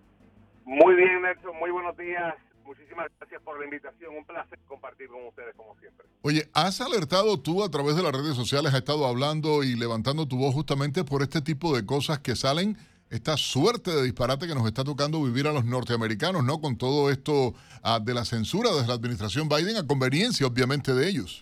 Muy bien, Nelson. Muy buenos días. Muchísimas gracias por la invitación. Un placer compartir con ustedes, como siempre. Oye, ¿has alertado tú a través de las redes sociales, has estado hablando y levantando tu voz justamente por este tipo de cosas que salen, esta suerte de disparate que nos está tocando vivir a los norteamericanos, ¿no? Con todo esto uh, de la censura desde la administración Biden, a conveniencia, obviamente, de ellos.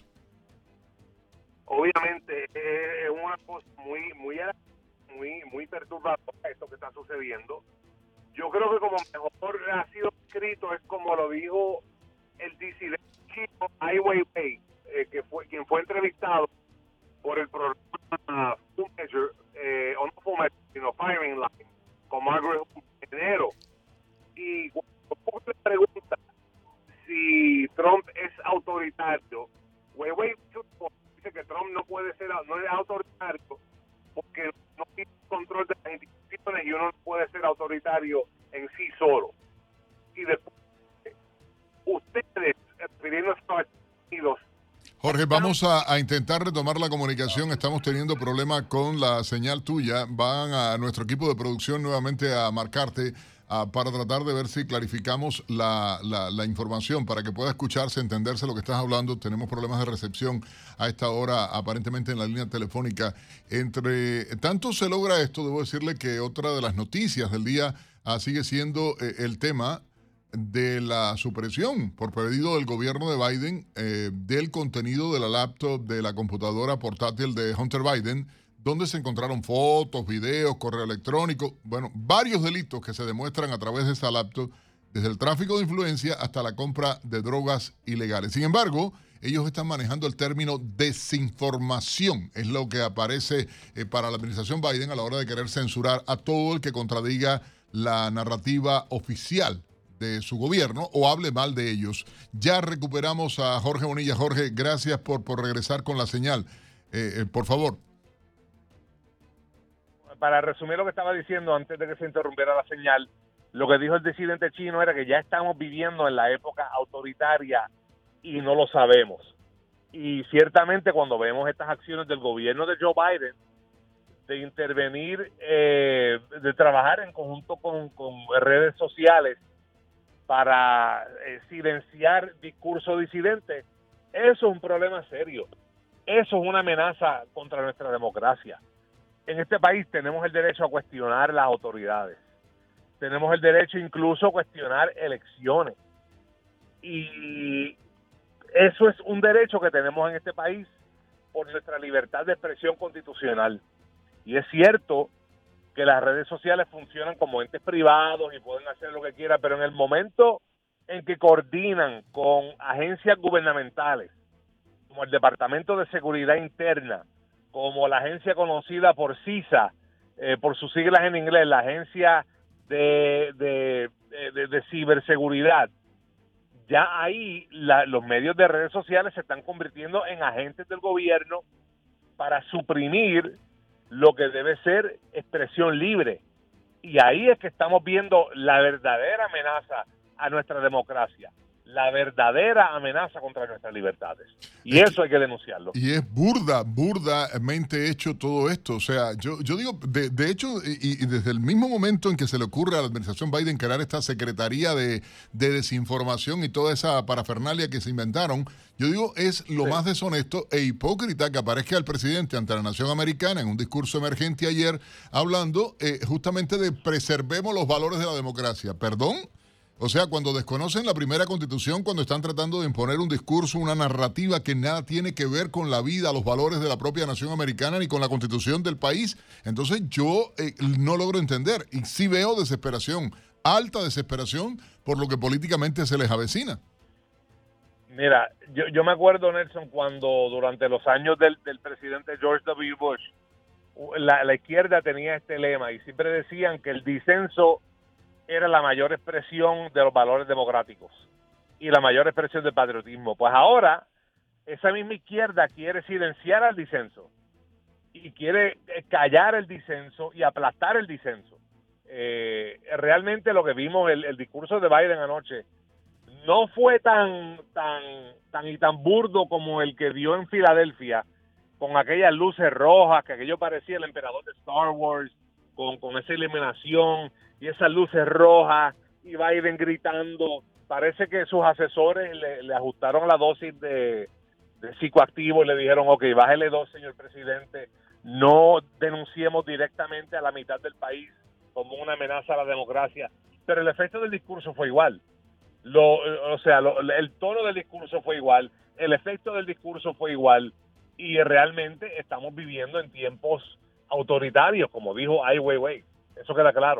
Obviamente, es eh, una cosa muy, muy, muy, muy perturbadora esto que está sucediendo. Yo creo que como mejor ha sido escrito es como lo dijo el disidente chino Ai Weiwei, eh, que fue quien fue entrevistado por el programa Full Measure, eh, o no Full Measure, sino Firing Line, con Margaret en enero. Y cuando le pregunta si Trump es autoritario, Weiwei dice que Trump no puede ser, no es autoritario porque no tiene control de las instituciones y uno no puede ser autoritario en sí solo. Y después, ustedes, refiriéndose a Estados Unidos, Jorge, vamos a, a intentar retomar la comunicación. Estamos teniendo problemas con la señal tuya. Van a nuestro equipo de producción nuevamente a marcarte uh, para tratar de ver si clarificamos la, la, la información para que pueda escucharse, entenderse lo que estás hablando. Tenemos problemas de recepción a esta hora, aparentemente en la línea telefónica. Entre tanto se logra esto, debo decirle que otra de las noticias del día uh, sigue siendo eh, el tema de la supresión por pedido del gobierno de Biden eh, del contenido de la laptop, de la computadora portátil de Hunter Biden, donde se encontraron fotos, videos, correo electrónico, bueno, varios delitos que se demuestran a través de esa laptop, desde el tráfico de influencia hasta la compra de drogas ilegales. Sin embargo, ellos están manejando el término desinformación, es lo que aparece eh, para la administración Biden a la hora de querer censurar a todo el que contradiga la narrativa oficial de su gobierno o hable mal de ellos. Ya recuperamos a Jorge Bonilla. Jorge, gracias por, por regresar con la señal. Eh, eh, por favor. Para resumir lo que estaba diciendo antes de que se interrumpiera la señal, lo que dijo el disidente chino era que ya estamos viviendo en la época autoritaria y no lo sabemos. Y ciertamente cuando vemos estas acciones del gobierno de Joe Biden, de intervenir, eh, de trabajar en conjunto con, con redes sociales para eh, silenciar discurso disidente, eso es un problema serio. Eso es una amenaza contra nuestra democracia. En este país tenemos el derecho a cuestionar las autoridades. Tenemos el derecho incluso a cuestionar elecciones. Y eso es un derecho que tenemos en este país por nuestra libertad de expresión constitucional. Y es cierto que las redes sociales funcionan como entes privados y pueden hacer lo que quieran, pero en el momento en que coordinan con agencias gubernamentales, como el Departamento de Seguridad Interna, como la agencia conocida por CISA, eh, por sus siglas en inglés, la Agencia de, de, de, de Ciberseguridad, ya ahí la, los medios de redes sociales se están convirtiendo en agentes del gobierno para suprimir lo que debe ser expresión libre. Y ahí es que estamos viendo la verdadera amenaza a nuestra democracia, la verdadera amenaza contra nuestras libertades. Y es eso que, hay que denunciarlo. Y es burda, burdamente hecho todo esto. O sea, yo, yo digo, de, de hecho, y, y desde el mismo momento en que se le ocurre a la administración Biden crear esta secretaría de, de desinformación y toda esa parafernalia que se inventaron, yo digo, es lo sí. más deshonesto e hipócrita que aparezca el presidente ante la nación americana en un discurso emergente ayer hablando eh, justamente de preservemos los valores de la democracia. ¿Perdón? O sea, cuando desconocen la primera constitución, cuando están tratando de imponer un discurso, una narrativa que nada tiene que ver con la vida, los valores de la propia nación americana ni con la constitución del país, entonces yo eh, no logro entender y sí veo desesperación, alta desesperación por lo que políticamente se les avecina. Mira, yo, yo me acuerdo, Nelson, cuando durante los años del, del presidente George W. Bush, la, la izquierda tenía este lema y siempre decían que el disenso era la mayor expresión de los valores democráticos y la mayor expresión del patriotismo. Pues ahora, esa misma izquierda quiere silenciar al disenso y quiere callar el disenso y aplastar el disenso. Eh, realmente lo que vimos, el, el discurso de Biden anoche, no fue tan, tan, tan y tan burdo como el que dio en Filadelfia, con aquellas luces rojas, que aquello parecía el emperador de Star Wars, con, con esa iluminación y esas luces rojas, y Biden gritando. Parece que sus asesores le, le ajustaron la dosis de, de psicoactivo y le dijeron, ok, bájele dos, señor presidente, no denunciemos directamente a la mitad del país como una amenaza a la democracia. Pero el efecto del discurso fue igual. Lo, o sea, lo, el tono del discurso fue igual, el efecto del discurso fue igual, y realmente estamos viviendo en tiempos autoritarios, como dijo Ai Weiwei. Eso queda claro.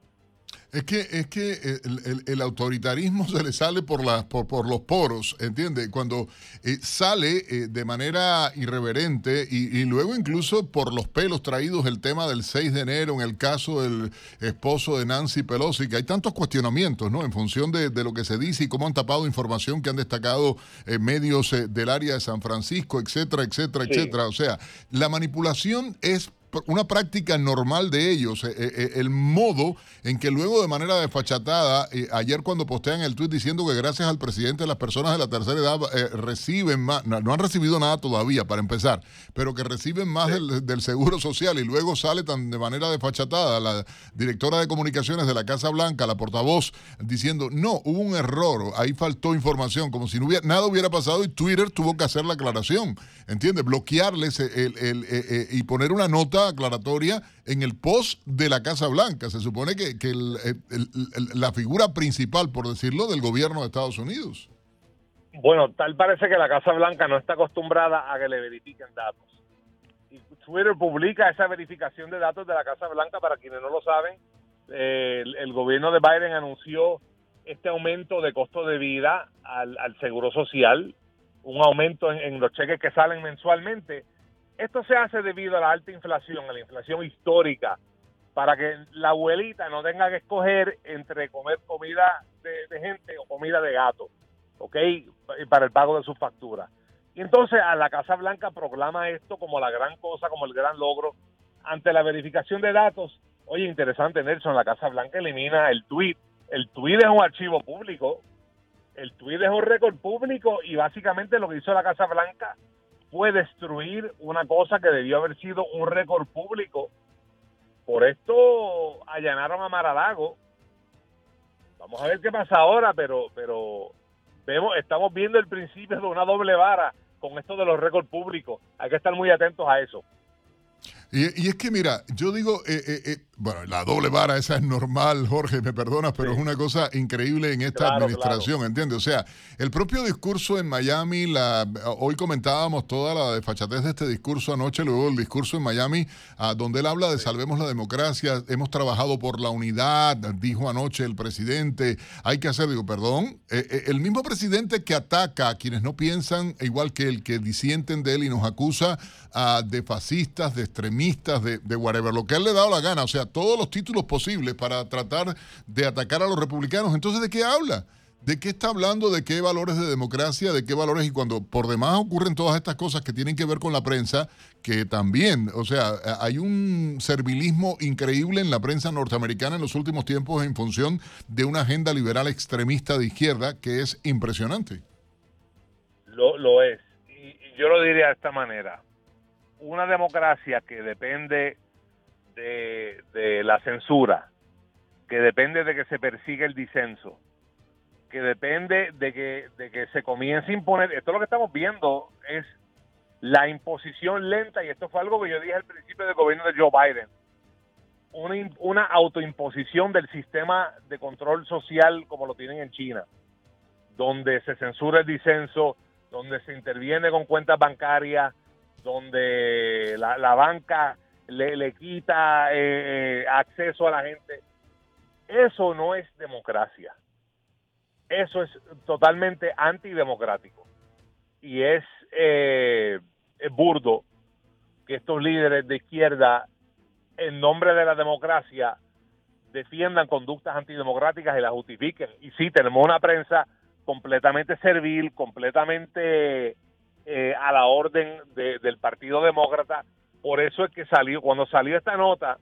Es que, es que el, el, el autoritarismo se le sale por, la, por, por los poros, ¿entiendes? Cuando eh, sale eh, de manera irreverente y, y luego incluso por los pelos traídos el tema del seis de enero en el caso del esposo de Nancy Pelosi, que hay tantos cuestionamientos, ¿no? En función de, de lo que se dice y cómo han tapado información que han destacado eh, medios eh, del área de San Francisco, etcétera, etcétera, sí. etcétera. O sea, la manipulación es una práctica normal de ellos, eh, eh, el modo en que luego de manera desfachatada, eh, ayer cuando postean el tuit diciendo que gracias al presidente las personas de la tercera edad eh, reciben más, no, no han recibido nada todavía para empezar, pero que reciben más sí. del, del seguro social, y luego sale tan de manera desfachatada la directora de comunicaciones de la Casa Blanca, la portavoz, diciendo no, hubo un error, ahí faltó información, como si no hubiera, nada hubiera pasado, y Twitter tuvo que hacer la aclaración, ¿entiendes? Bloquearles el, el, el, el, el, y poner una nota aclaratoria en el post de la Casa Blanca. Se supone que, que el, el, el, la figura principal, por decirlo, del gobierno de Estados Unidos. Bueno, tal parece que la Casa Blanca no está acostumbrada a que le verifiquen datos. Y Twitter publica esa verificación de datos de la Casa Blanca. Para quienes no lo saben, eh, el, el gobierno de Biden anunció este aumento de costo de vida al, al seguro social, un aumento en, en los cheques que salen mensualmente. Esto se hace debido a la alta inflación, a la inflación histórica, para que la abuelita no tenga que escoger entre comer comida de, de gente o comida de gato, ¿ok? Para el pago de sus facturas. Y entonces a la Casa Blanca proclama esto como la gran cosa, como el gran logro. Ante la verificación de datos, oye, interesante, Nelson, la Casa Blanca elimina el tuit. El tuit es un archivo público, el tuit es un récord público, y básicamente lo que hizo la Casa Blanca fue destruir una cosa que debió haber sido un récord público. Por esto allanaron a Mar-a-Lago. Vamos a ver qué pasa ahora, pero pero vemos, estamos viendo el principio de una doble vara con esto de los récords públicos. Hay que estar muy atentos a eso. Y, y es que, mira, yo digo, eh, eh, eh, bueno, la doble vara esa es normal, Jorge, me perdonas, pero sí, es una cosa increíble en esta claro, administración, claro. ¿Entiendes? O sea, el propio discurso en Miami, la, hoy comentábamos toda la desfachatez de este discurso anoche, luego el discurso en Miami, uh, donde él habla de sí. salvemos la democracia, hemos trabajado por la unidad, dijo anoche el presidente, hay que hacer, digo, perdón, eh, eh, el mismo presidente que ataca a quienes no piensan, igual que el que disienten de él y nos acusa uh, de fascistas, de extremistas, de, de whatever, lo que él le ha dado la gana, o sea, todos los títulos posibles para tratar de atacar a los republicanos. Entonces, ¿de qué habla? ¿De qué está hablando? ¿De qué valores de democracia? ¿De qué valores? Y cuando por demás ocurren todas estas cosas que tienen que ver con la prensa, que también, o sea, hay un servilismo increíble en la prensa norteamericana en los últimos tiempos en función de una agenda liberal extremista de izquierda que es impresionante. Lo, lo es. Y, y yo lo diría de esta manera. Una democracia que depende de, de la censura, que depende de que se persiga el disenso, que depende de que, de que se comience a imponer, esto lo que estamos viendo es la imposición lenta, y esto fue algo que yo dije al principio del gobierno de Joe Biden, una, una autoimposición del sistema de control social como lo tienen en China, donde se censura el disenso, donde se interviene con cuentas bancarias, donde la, la banca le, le quita eh, acceso a la gente. Eso no es democracia. Eso es totalmente antidemocrático. Y es, eh, es burdo que estos líderes de izquierda, en nombre de la democracia, defiendan conductas antidemocráticas y las justifiquen. Y sí, tenemos una prensa completamente servil, completamente eh, a la orden de, del Partido Demócrata. Por eso es que salió, cuando salió esta nota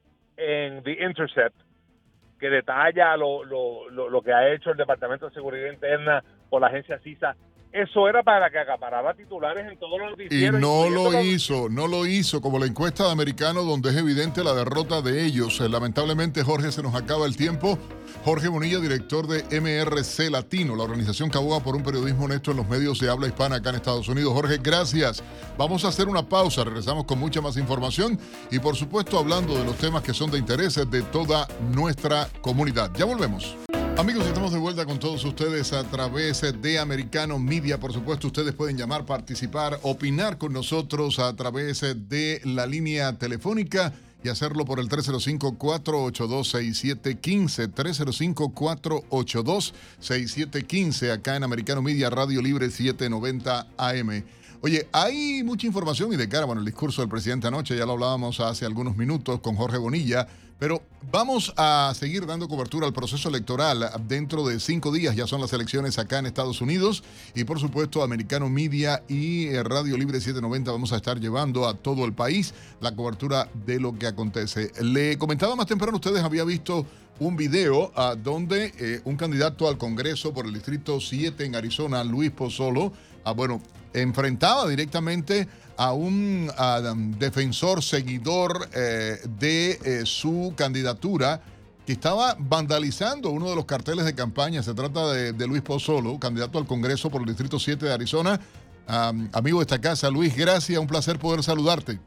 en The Intercept, que detalla lo, lo, lo, lo que ha hecho el Departamento de Seguridad Interna o la agencia CISA, eso era para que acaparara titulares en todos los noticieros. Y no lo hizo, no lo hizo, como la encuesta de Americano, donde es evidente la derrota de ellos. Lamentablemente, Jorge, se nos acaba el tiempo. Jorge Bonilla, director de M R C Latino, la organización que aboga por un periodismo honesto en los medios de habla hispana acá en Estados Unidos. Jorge, gracias. Vamos a hacer una pausa, regresamos con mucha más información y, por supuesto, hablando de los temas que son de interés de toda nuestra comunidad. Ya volvemos. Amigos, estamos de vuelta con todos ustedes a través de Americano Media. Por supuesto, ustedes pueden llamar, participar, opinar con nosotros a través de la línea telefónica y hacerlo por el tres cero cinco, cuatro ocho dos, seis siete uno cinco, tres cero cinco, cuatro ocho dos, seis siete uno cinco, acá en Americano Media, Radio Libre setecientos noventa A M. Oye, hay mucha información y de cara, bueno, el discurso del presidente anoche, ya lo hablábamos hace algunos minutos con Jorge Bonilla, pero vamos a seguir dando cobertura al proceso electoral. Dentro de cinco días ya son las elecciones acá en Estados Unidos y, por supuesto, Americano Media y Radio Libre setecientos noventa vamos a estar llevando a todo el país la cobertura de lo que acontece. Le comentaba más temprano, ustedes habían visto un video uh, donde eh, un candidato al Congreso por el Distrito siete en Arizona, Luis Pozzolo, uh, bueno, enfrentaba directamente a un a, um, defensor, seguidor eh, de eh, su candidatura, que estaba vandalizando uno de los carteles de campaña. Se trata de, de Luis Pozzolo, candidato al Congreso por el Distrito siete de Arizona. Um, amigo de esta casa, Luis, gracias, un placer poder saludarte.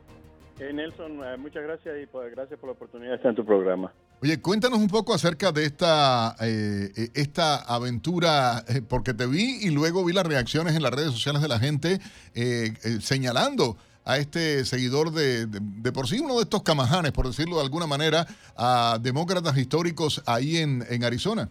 Eh, Nelson, uh, muchas gracias y pues, gracias por la oportunidad de estar en tu programa. Oye, cuéntanos un poco acerca de esta, eh, esta aventura, eh, porque te vi y luego vi las reacciones en las redes sociales de la gente eh, eh, señalando a este seguidor de, de, de por sí uno de estos camajanes, por decirlo de alguna manera, a demócratas históricos ahí en, en Arizona.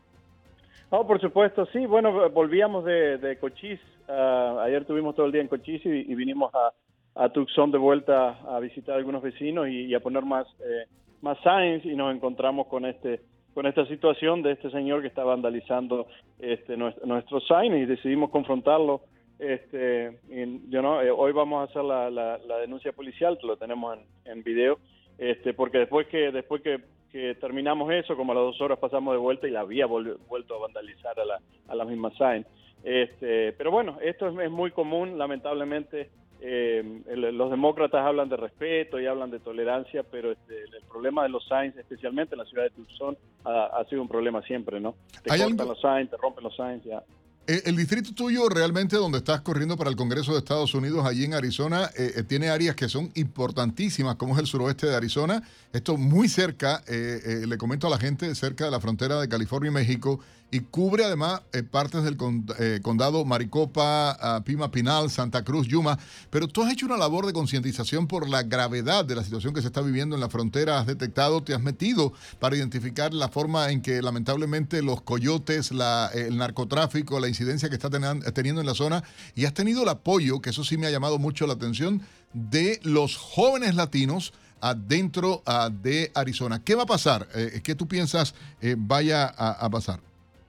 Oh, por supuesto, sí. Bueno, volvíamos de, de Cochise. Uh, ayer tuvimos todo el día en Cochise y, y vinimos a, a Tucson de vuelta a visitar a algunos vecinos y, y a poner más... Eh, más signs, y nos encontramos con este con esta situación de este señor que está vandalizando este nuestro, nuestro sign, y decidimos confrontarlo. Este y, you know, eh, hoy vamos a hacer la, la, la denuncia policial, que lo tenemos en, en video, este porque después que después que, que terminamos eso, como a las dos horas pasamos de vuelta y la había vol- vuelto a vandalizar a la a la misma sign. Este, pero bueno, esto es, es muy común, lamentablemente. Eh, el, los demócratas hablan de respeto y hablan de tolerancia, pero este, el, el problema de los signs, especialmente en la ciudad de Tucson, ha, ha sido un problema siempre, ¿no? Te cortan algo? los signs, te rompen los signs, ya. El, el distrito tuyo realmente donde estás corriendo para el Congreso de Estados Unidos, allí en Arizona, eh, eh, tiene áreas que son importantísimas, como es el suroeste de Arizona. Esto muy cerca, eh, eh, le comento a la gente, cerca de la frontera de California y México, y cubre además eh, partes del con, eh, condado Maricopa, uh, Pima Pinal, Santa Cruz, Yuma. Pero tú has hecho una labor de concientización por la gravedad de la situación que se está viviendo en la frontera. Has detectado, te has metido para identificar la forma en que lamentablemente los coyotes, la, el narcotráfico, la incidencia que está ten, teniendo en la zona, y has tenido el apoyo, que eso sí me ha llamado mucho la atención, de los jóvenes latinos adentro uh, de Arizona. ¿Qué va a pasar? Eh, ¿Qué tú piensas eh, vaya a, a pasar?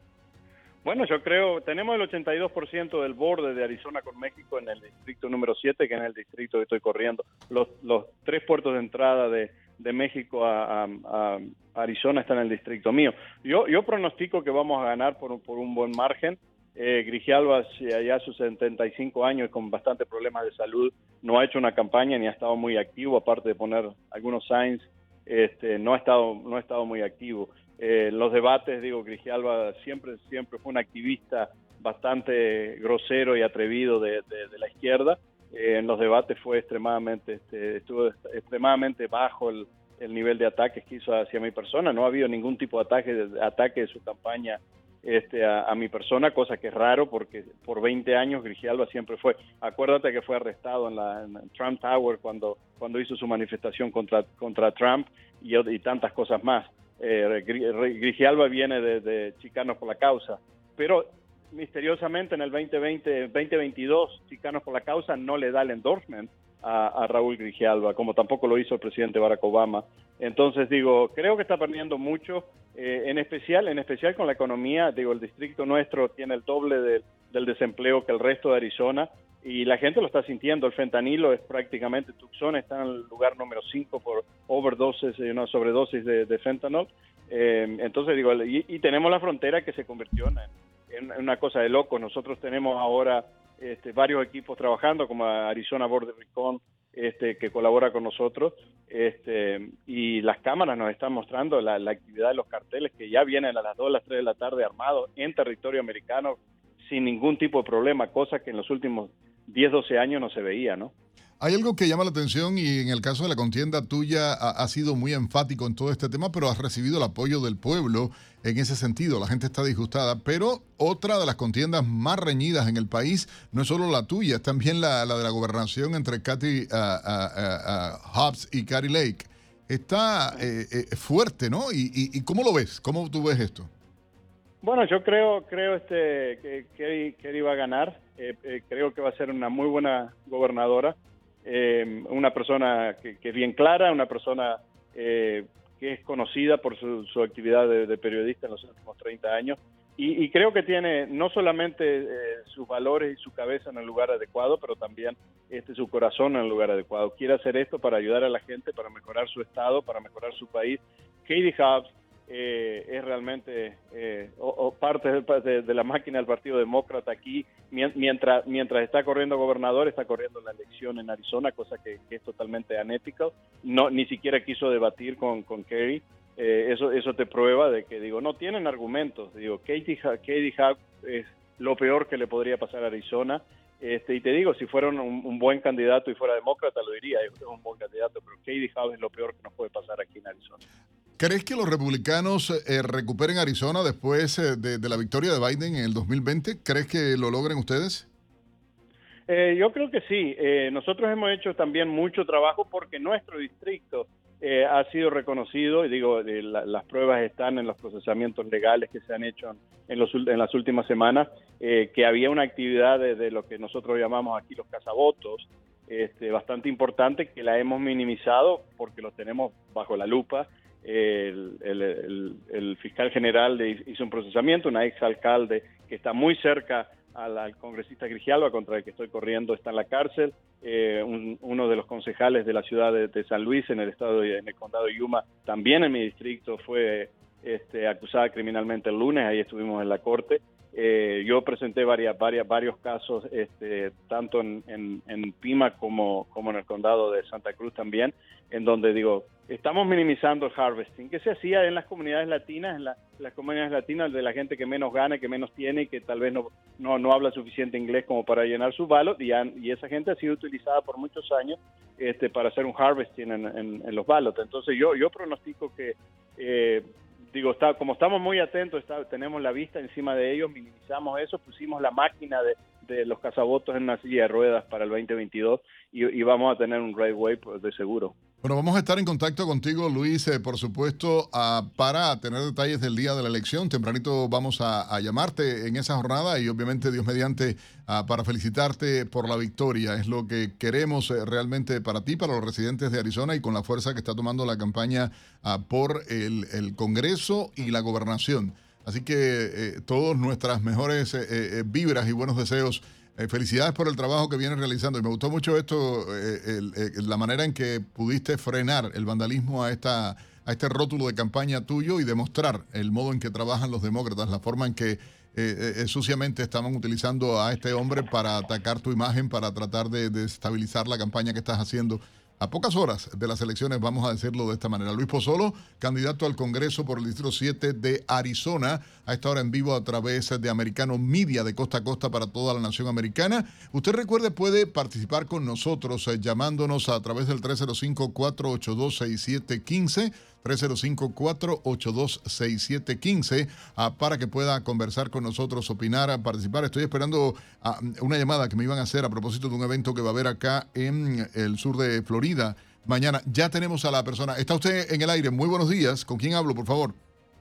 Bueno, yo creo, tenemos el ochenta y dos por ciento del borde de Arizona con México en el distrito número siete, que es el distrito que estoy corriendo. Los, los tres puertos de entrada de, de México a, a, a Arizona están en el distrito mío. Yo, yo pronostico que vamos a ganar por, por un buen margen. Eh, Grijalva, allá a sus setenta y cinco años, con bastantes problemas de salud, no ha hecho una campaña ni ha estado muy activo, aparte de poner algunos signs, este, no ha estado, no ha estado muy activo. Eh, los debates, digo, Grijalva siempre, siempre fue un activista bastante grosero y atrevido de, de, de la izquierda. Eh, en los debates fue extremadamente, este, estuvo extremadamente bajo el, el nivel de ataques que hizo hacia mi persona. No ha habido ningún tipo de ataque de, ataque de su campaña este, a, a mi persona, cosa que es raro porque por veinte años Grijalva siempre fue. Acuérdate que fue arrestado en la en Trump Tower cuando, cuando hizo su manifestación contra, contra Trump y, y tantas cosas más. Eh, Grijalva viene de, de Chicanos por la Causa, pero misteriosamente en el veinte veinte, veinte veintidós Chicanos por la Causa no le da el endorsement a, a Raúl Grijalva, como tampoco lo hizo el presidente Barack Obama. Entonces digo, creo que está perdiendo mucho, eh, en especial en especial con la economía. Digo, el distrito nuestro tiene el doble de, del desempleo que el resto de Arizona, y la gente lo está sintiendo. El fentanilo es prácticamente, Tucson está en el lugar número cinco por overdoses, una sobredosis de, de fentanil. Eh, entonces digo, y, y tenemos la frontera que se convirtió en, en una cosa de locos. Nosotros tenemos ahora este, varios equipos trabajando, como Arizona Border Recon, este, que colabora con nosotros, este, y las cámaras nos están mostrando la, la actividad de los carteles que ya vienen a las dos, a las tres de la tarde armados en territorio americano sin ningún tipo de problema, cosa que en los últimos diez, doce años no se veía, ¿no? Hay algo que llama la atención, y en el caso de la contienda tuya ha, ha sido muy enfático en todo este tema, pero has recibido el apoyo del pueblo en ese sentido. La gente está disgustada, pero otra de las contiendas más reñidas en el país no es solo la tuya, es también la, la de la gobernación entre Kathy uh, uh, uh, Hobbs y Kari Lake. Está eh, eh, fuerte, ¿no? ¿Y, y, y cómo lo ves? ¿Cómo tú ves esto? Bueno, yo creo creo este que Keri, Keri va a ganar. Eh, eh, creo que va a ser una muy buena gobernadora, eh, una persona que, que es bien clara, una persona eh, que es conocida por su, su actividad de, de periodista en los últimos treinta años, y, y creo que tiene no solamente eh, sus valores y su cabeza en el lugar adecuado, pero también este su corazón en el lugar adecuado. Quiere hacer esto para ayudar a la gente, para mejorar su estado, para mejorar su país. Katie Hobbs Eh, es realmente eh, o, o parte de, de, de la máquina del Partido Demócrata aquí, mientras mientras está corriendo gobernador, está corriendo la elección en Arizona, cosa que, que es totalmente anética. No, ni siquiera quiso debatir con, con Keri. Eh, eso eso te prueba de que, digo, no tienen argumentos. Digo, Katie, Katie Hobbs es lo peor que le podría pasar a Arizona. Este, y te digo, si fuera un, un buen candidato y fuera demócrata, lo diría, es un buen candidato, pero Katie Hobbs es lo peor que nos puede pasar aquí en Arizona. ¿Crees que los republicanos eh, recuperen Arizona después eh, de, de la victoria de Biden en el dos mil veinte? ¿Crees que lo logren ustedes? Eh, yo creo que sí. Eh, nosotros hemos hecho también mucho trabajo porque nuestro distrito eh, ha sido reconocido, y digo, eh, la, las pruebas están en los procesamientos legales que se han hecho en, en, los, en las últimas semanas, eh, que había una actividad de, de lo que nosotros llamamos aquí los cazavotos, este, bastante importante, que la hemos minimizado porque los tenemos bajo la lupa. El, el, el, el fiscal general de, hizo un procesamiento, una ex alcalde que está muy cerca al, al congresista Grijalva, contra el que estoy corriendo, está en la cárcel. Eh, un, uno de los concejales de la ciudad de, de San Luis, en el estado de, en el condado de Yuma, también en mi distrito, fue este, acusada criminalmente el lunes, ahí estuvimos en la corte. Eh, yo presenté varias, varias, varios casos, este, tanto en, en, en Pima como, como en el condado de Santa Cruz también, en donde digo, estamos minimizando el harvesting, que se hacía en las comunidades latinas, en la, las comunidades latinas de la gente que menos gana, que menos tiene y que tal vez no, no, no habla suficiente inglés como para llenar su ballot, y, han, y esa gente ha sido utilizada por muchos años este, para hacer un harvesting en, en, en los ballots. Entonces yo, yo pronostico que... Eh, Digo, está, como estamos muy atentos, está, tenemos la vista encima de ellos, minimizamos eso, pusimos la máquina de, de los cazavotos en una silla de ruedas para el veinte veintidós y, y vamos a tener un right way de seguro. Bueno, vamos a estar en contacto contigo, Luis, eh, por supuesto, uh, para tener detalles del día de la elección. Tempranito vamos a, a llamarte en esa jornada y obviamente, Dios mediante, uh, para felicitarte por la victoria. Es lo que queremos eh, realmente para ti, para los residentes de Arizona y con la fuerza que está tomando la campaña uh, por el, el Congreso y la gobernación. Así que eh, todas nuestras mejores eh, eh, vibras y buenos deseos. Eh, felicidades por el trabajo que vienes realizando y me gustó mucho esto, eh, el, el, la manera en que pudiste frenar el vandalismo a, esta, a este rótulo de campaña tuyo y demostrar el modo en que trabajan los demócratas, la forma en que eh, eh, suciamente estaban utilizando a este hombre para atacar tu imagen, para tratar de desestabilizar la campaña que estás haciendo. A pocas horas de las elecciones, vamos a decirlo de esta manera. Luis Pozzolo, candidato al Congreso por el Distrito siete de Arizona, a esta hora en vivo a través de Americano Media, de costa a costa para toda la nación americana. Usted recuerde, puede participar con nosotros eh, llamándonos a través del tres cero cinco, cuatro ocho dos, seis siete uno cinco, tres cero cinco, cuatro ocho dos, seis siete uno cinco, uh, para que pueda conversar con nosotros, opinar, participar. Estoy esperando uh, una llamada que me iban a hacer a propósito de un evento que va a haber acá en el sur de Florida mañana. Ya tenemos a la persona. Está usted en el aire. Muy buenos días. ¿Con quién hablo, por favor?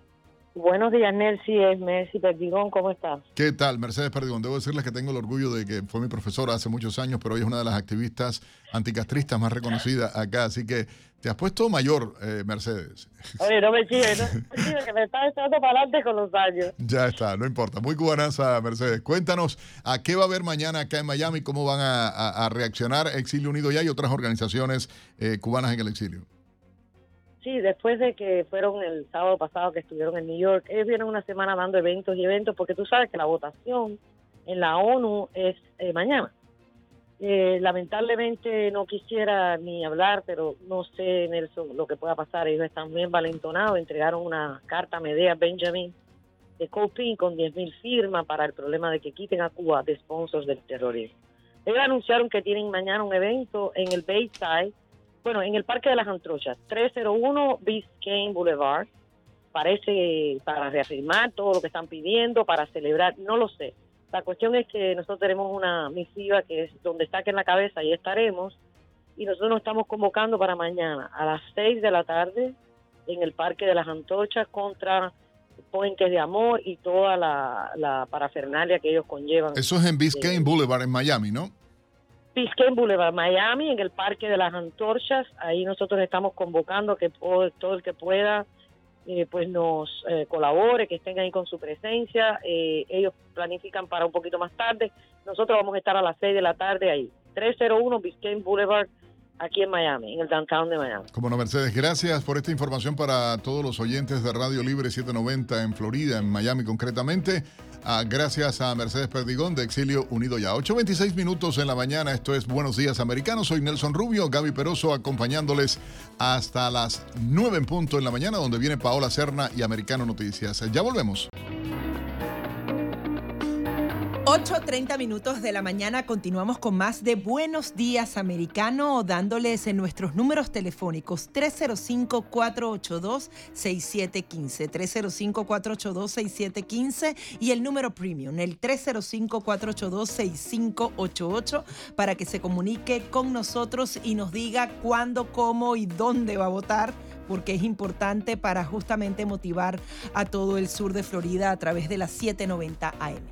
Buenos días, Nelcy. Es Mercy Perdigón. ¿Cómo estás? ¿Qué tal, Mercedes Perdigón? Debo decirles que tengo el orgullo de que fue mi profesora hace muchos años, pero hoy es una de las activistas anticastristas más reconocidas acá. Así que te has puesto mayor, eh, Mercedes. Oye, no me chilles, no me chilles, que me estás echando para adelante con los años. Ya está, no importa. Muy cubanaza, Mercedes. Cuéntanos, ¿a qué va a haber mañana acá en Miami? ¿Cómo van a, a, a reaccionar Exilio Unido ya y otras organizaciones eh, cubanas en el exilio? Sí, después de que fueron el sábado pasado que estuvieron en New York, ellos vienen una semana dando eventos y eventos, porque tú sabes que la votación en la ONU es eh, mañana. Eh, lamentablemente no quisiera ni hablar, pero no sé, Nelson, lo que pueda pasar. Ellos están bien valentonados, entregaron una carta a Medea Benjamin de Coping con diez mil firmas para el problema de que quiten a Cuba de sponsors del terrorismo. Ellos anunciaron que tienen mañana un evento en el Bayside, bueno, en el Parque de las Antrochas, trescientos uno Biscayne Boulevard. Parece para reafirmar todo lo que están pidiendo, para celebrar, no lo sé. La cuestión es que nosotros tenemos una misiva que es donde está que en la cabeza, y estaremos, y nosotros nos estamos convocando para mañana a las seis de la tarde en el Parque de las Antorchas contra Puentes de Amor y toda la, la parafernalia que ellos conllevan. Eso es en Biscayne eh, Boulevard, en Miami, ¿no? Biscayne Boulevard, Miami, en el Parque de las Antorchas. Ahí nosotros estamos convocando que todo el que pueda eh, pues nos eh, colabore, que estén ahí con su presencia. Eh, ellos planifican para un poquito más tarde. Nosotros vamos a estar a las seis de la tarde ahí. trescientos uno Biscayne Boulevard, aquí en Miami, en el downtown de Miami. Como no, Mercedes, gracias por esta información para todos los oyentes de Radio Libre setecientos noventa en Florida, en Miami concretamente. Ah, gracias a Mercedes Perdigón de Exilio Unido Ya. ocho veintiséis minutos en la mañana, esto es Buenos Días Americanos. Soy Nelson Rubio, Gaby Peroso acompañándoles hasta las nueve en punto en la mañana, donde viene Paola Serna y Americano Noticias. Ya volvemos. ocho treinta minutos de la mañana, continuamos con más de Buenos Días Americano, dándoles en nuestros números telefónicos tres cero cinco, cuatro ocho dos, seis siete uno cinco, tres cero cinco, cuatro ocho dos, seis siete uno cinco y el número premium, el tres cero cinco, cuatro ocho dos, seis cinco ocho ocho, para que se comunique con nosotros y nos diga cuándo, cómo y dónde va a votar, porque es importante para justamente motivar a todo el sur de Florida a través de las setecientos noventa A M.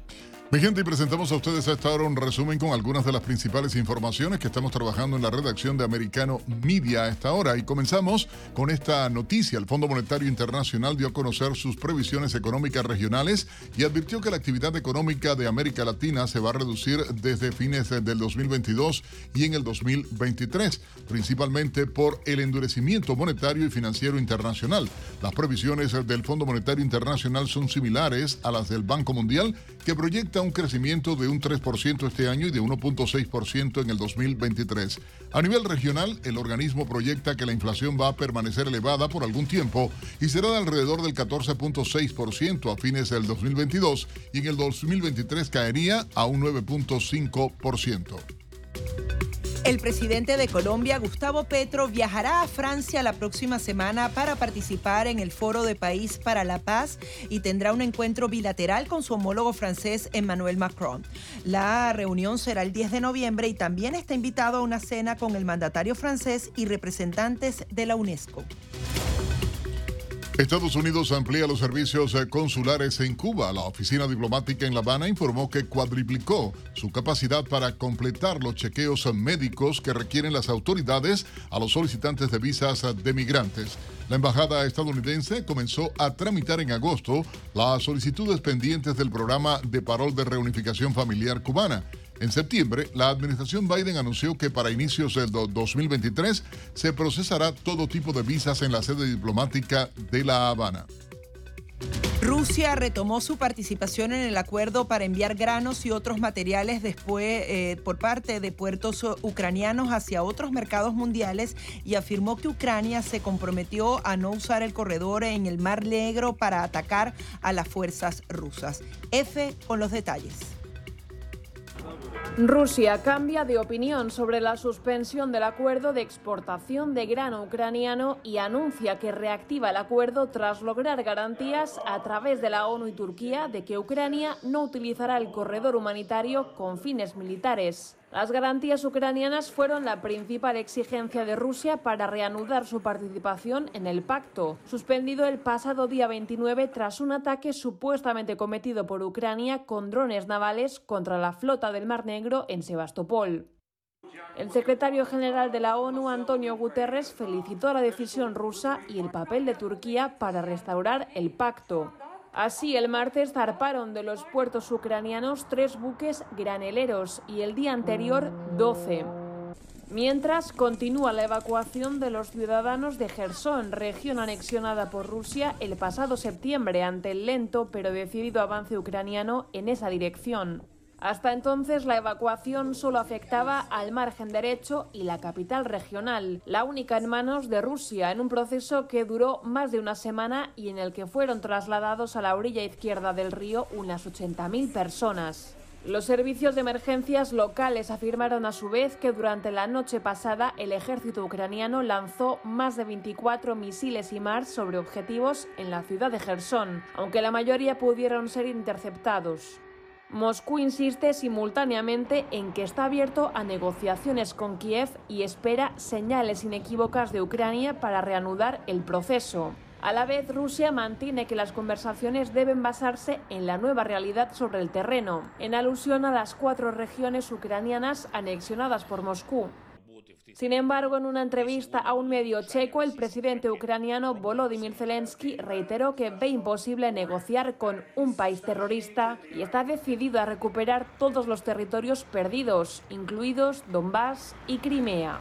Mi gente, y presentamos a ustedes a esta hora un resumen con algunas de las principales informaciones que estamos trabajando en la redacción de Americano Media a esta hora. Y comenzamos con esta noticia. El Fondo Monetario Internacional dio a conocer sus previsiones económicas regionales y advirtió que la actividad económica de América Latina se va a reducir desde fines del dos mil veintidós y en el dos mil veintitrés, principalmente por el endurecimiento monetario y financiero internacional. Las previsiones del Fondo Monetario Internacional son similares a las del Banco Mundial, que proyecta un crecimiento de un tres por ciento este año y de uno punto seis por ciento en el dos mil veintitrés. A nivel regional, el organismo proyecta que la inflación va a permanecer elevada por algún tiempo y será de alrededor del catorce punto seis por ciento a fines del dos mil veintidós y en el dos mil veintitrés caería a un nueve punto cinco por ciento. El presidente de Colombia, Gustavo Petro, viajará a Francia la próxima semana para participar en el Foro de País para la Paz y tendrá un encuentro bilateral con su homólogo francés Emmanuel Macron. La reunión será el diez de noviembre y también está invitado a una cena con el mandatario francés y representantes de la UNESCO. Estados Unidos amplía los servicios consulares en Cuba. La oficina diplomática en La Habana informó que cuadriplicó su capacidad para completar los chequeos médicos que requieren las autoridades a los solicitantes de visas de migrantes. La embajada estadounidense comenzó a tramitar en agosto las solicitudes pendientes del programa de parol de reunificación familiar cubana. En septiembre, la administración Biden anunció que para inicios del dos mil veintitrés se procesará todo tipo de visas en la sede diplomática de La Habana. Rusia retomó su participación en el acuerdo para enviar granos y otros materiales después eh, por parte de puertos ucranianos hacia otros mercados mundiales y afirmó que Ucrania se comprometió a no usar el corredor en el Mar Negro para atacar a las fuerzas rusas. F con los detalles. Rusia cambia de opinión sobre la suspensión del acuerdo de exportación de grano ucraniano y anuncia que reactiva el acuerdo tras lograr garantías a través de la ONU y Turquía de que Ucrania no utilizará el corredor humanitario con fines militares. Las garantías ucranianas fueron la principal exigencia de Rusia para reanudar su participación en el pacto, suspendido el pasado día veintinueve tras un ataque supuestamente cometido por Ucrania con drones navales contra la flota del Mar Negro en Sebastopol. El secretario general de la ONU, Antonio Guterres, felicitó la decisión rusa y el papel de Turquía para restaurar el pacto. Así, el martes zarparon de los puertos ucranianos tres buques graneleros y el día anterior doce. Mientras, continúa la evacuación de los ciudadanos de Jersón, región anexionada por Rusia el pasado septiembre ante el lento pero decidido avance ucraniano en esa dirección. Hasta entonces, la evacuación solo afectaba al margen derecho y la capital regional, la única en manos de Rusia, en un proceso que duró más de una semana y en el que fueron trasladados a la orilla izquierda del río unas ochenta mil personas. Los servicios de emergencias locales afirmaron a su vez que durante la noche pasada el ejército ucraniano lanzó más de veinticuatro misiles I M A R S sobre objetivos en la ciudad de Jersón, aunque la mayoría pudieron ser interceptados. Moscú insiste simultáneamente en que está abierto a negociaciones con Kiev y espera señales inequívocas de Ucrania para reanudar el proceso. A la vez, Rusia mantiene que las conversaciones deben basarse en la nueva realidad sobre el terreno, en alusión a las cuatro regiones ucranianas anexionadas por Moscú. Sin embargo, en una entrevista a un medio checo, el presidente ucraniano Volodymyr Zelensky reiteró que ve imposible negociar con un país terrorista y está decidido a recuperar todos los territorios perdidos, incluidos Donbass y Crimea.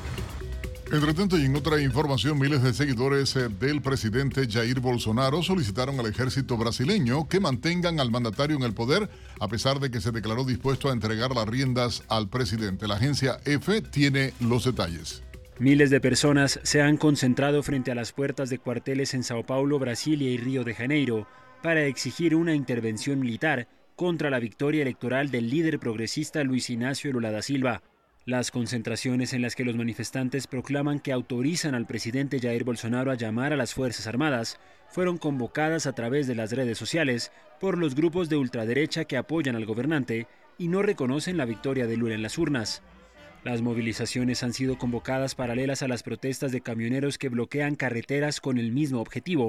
Entre tanto, y en otra información, miles de seguidores del presidente Jair Bolsonaro solicitaron al ejército brasileño que mantengan al mandatario en el poder, a pesar de que se declaró dispuesto a entregar las riendas al presidente. La agencia F tiene los detalles. Miles de personas se han concentrado frente a las puertas de cuarteles en Sao Paulo, Brasilia y Río de Janeiro para exigir una intervención militar contra la victoria electoral del líder progresista Luis Ignacio Lula da Silva. Las concentraciones en las que los manifestantes proclaman que autorizan al presidente Jair Bolsonaro a llamar a las Fuerzas Armadas fueron convocadas a través de las redes sociales por los grupos de ultraderecha que apoyan al gobernante y no reconocen la victoria de Lula en las urnas. Las movilizaciones han sido convocadas paralelas a las protestas de camioneros que bloquean carreteras con el mismo objetivo,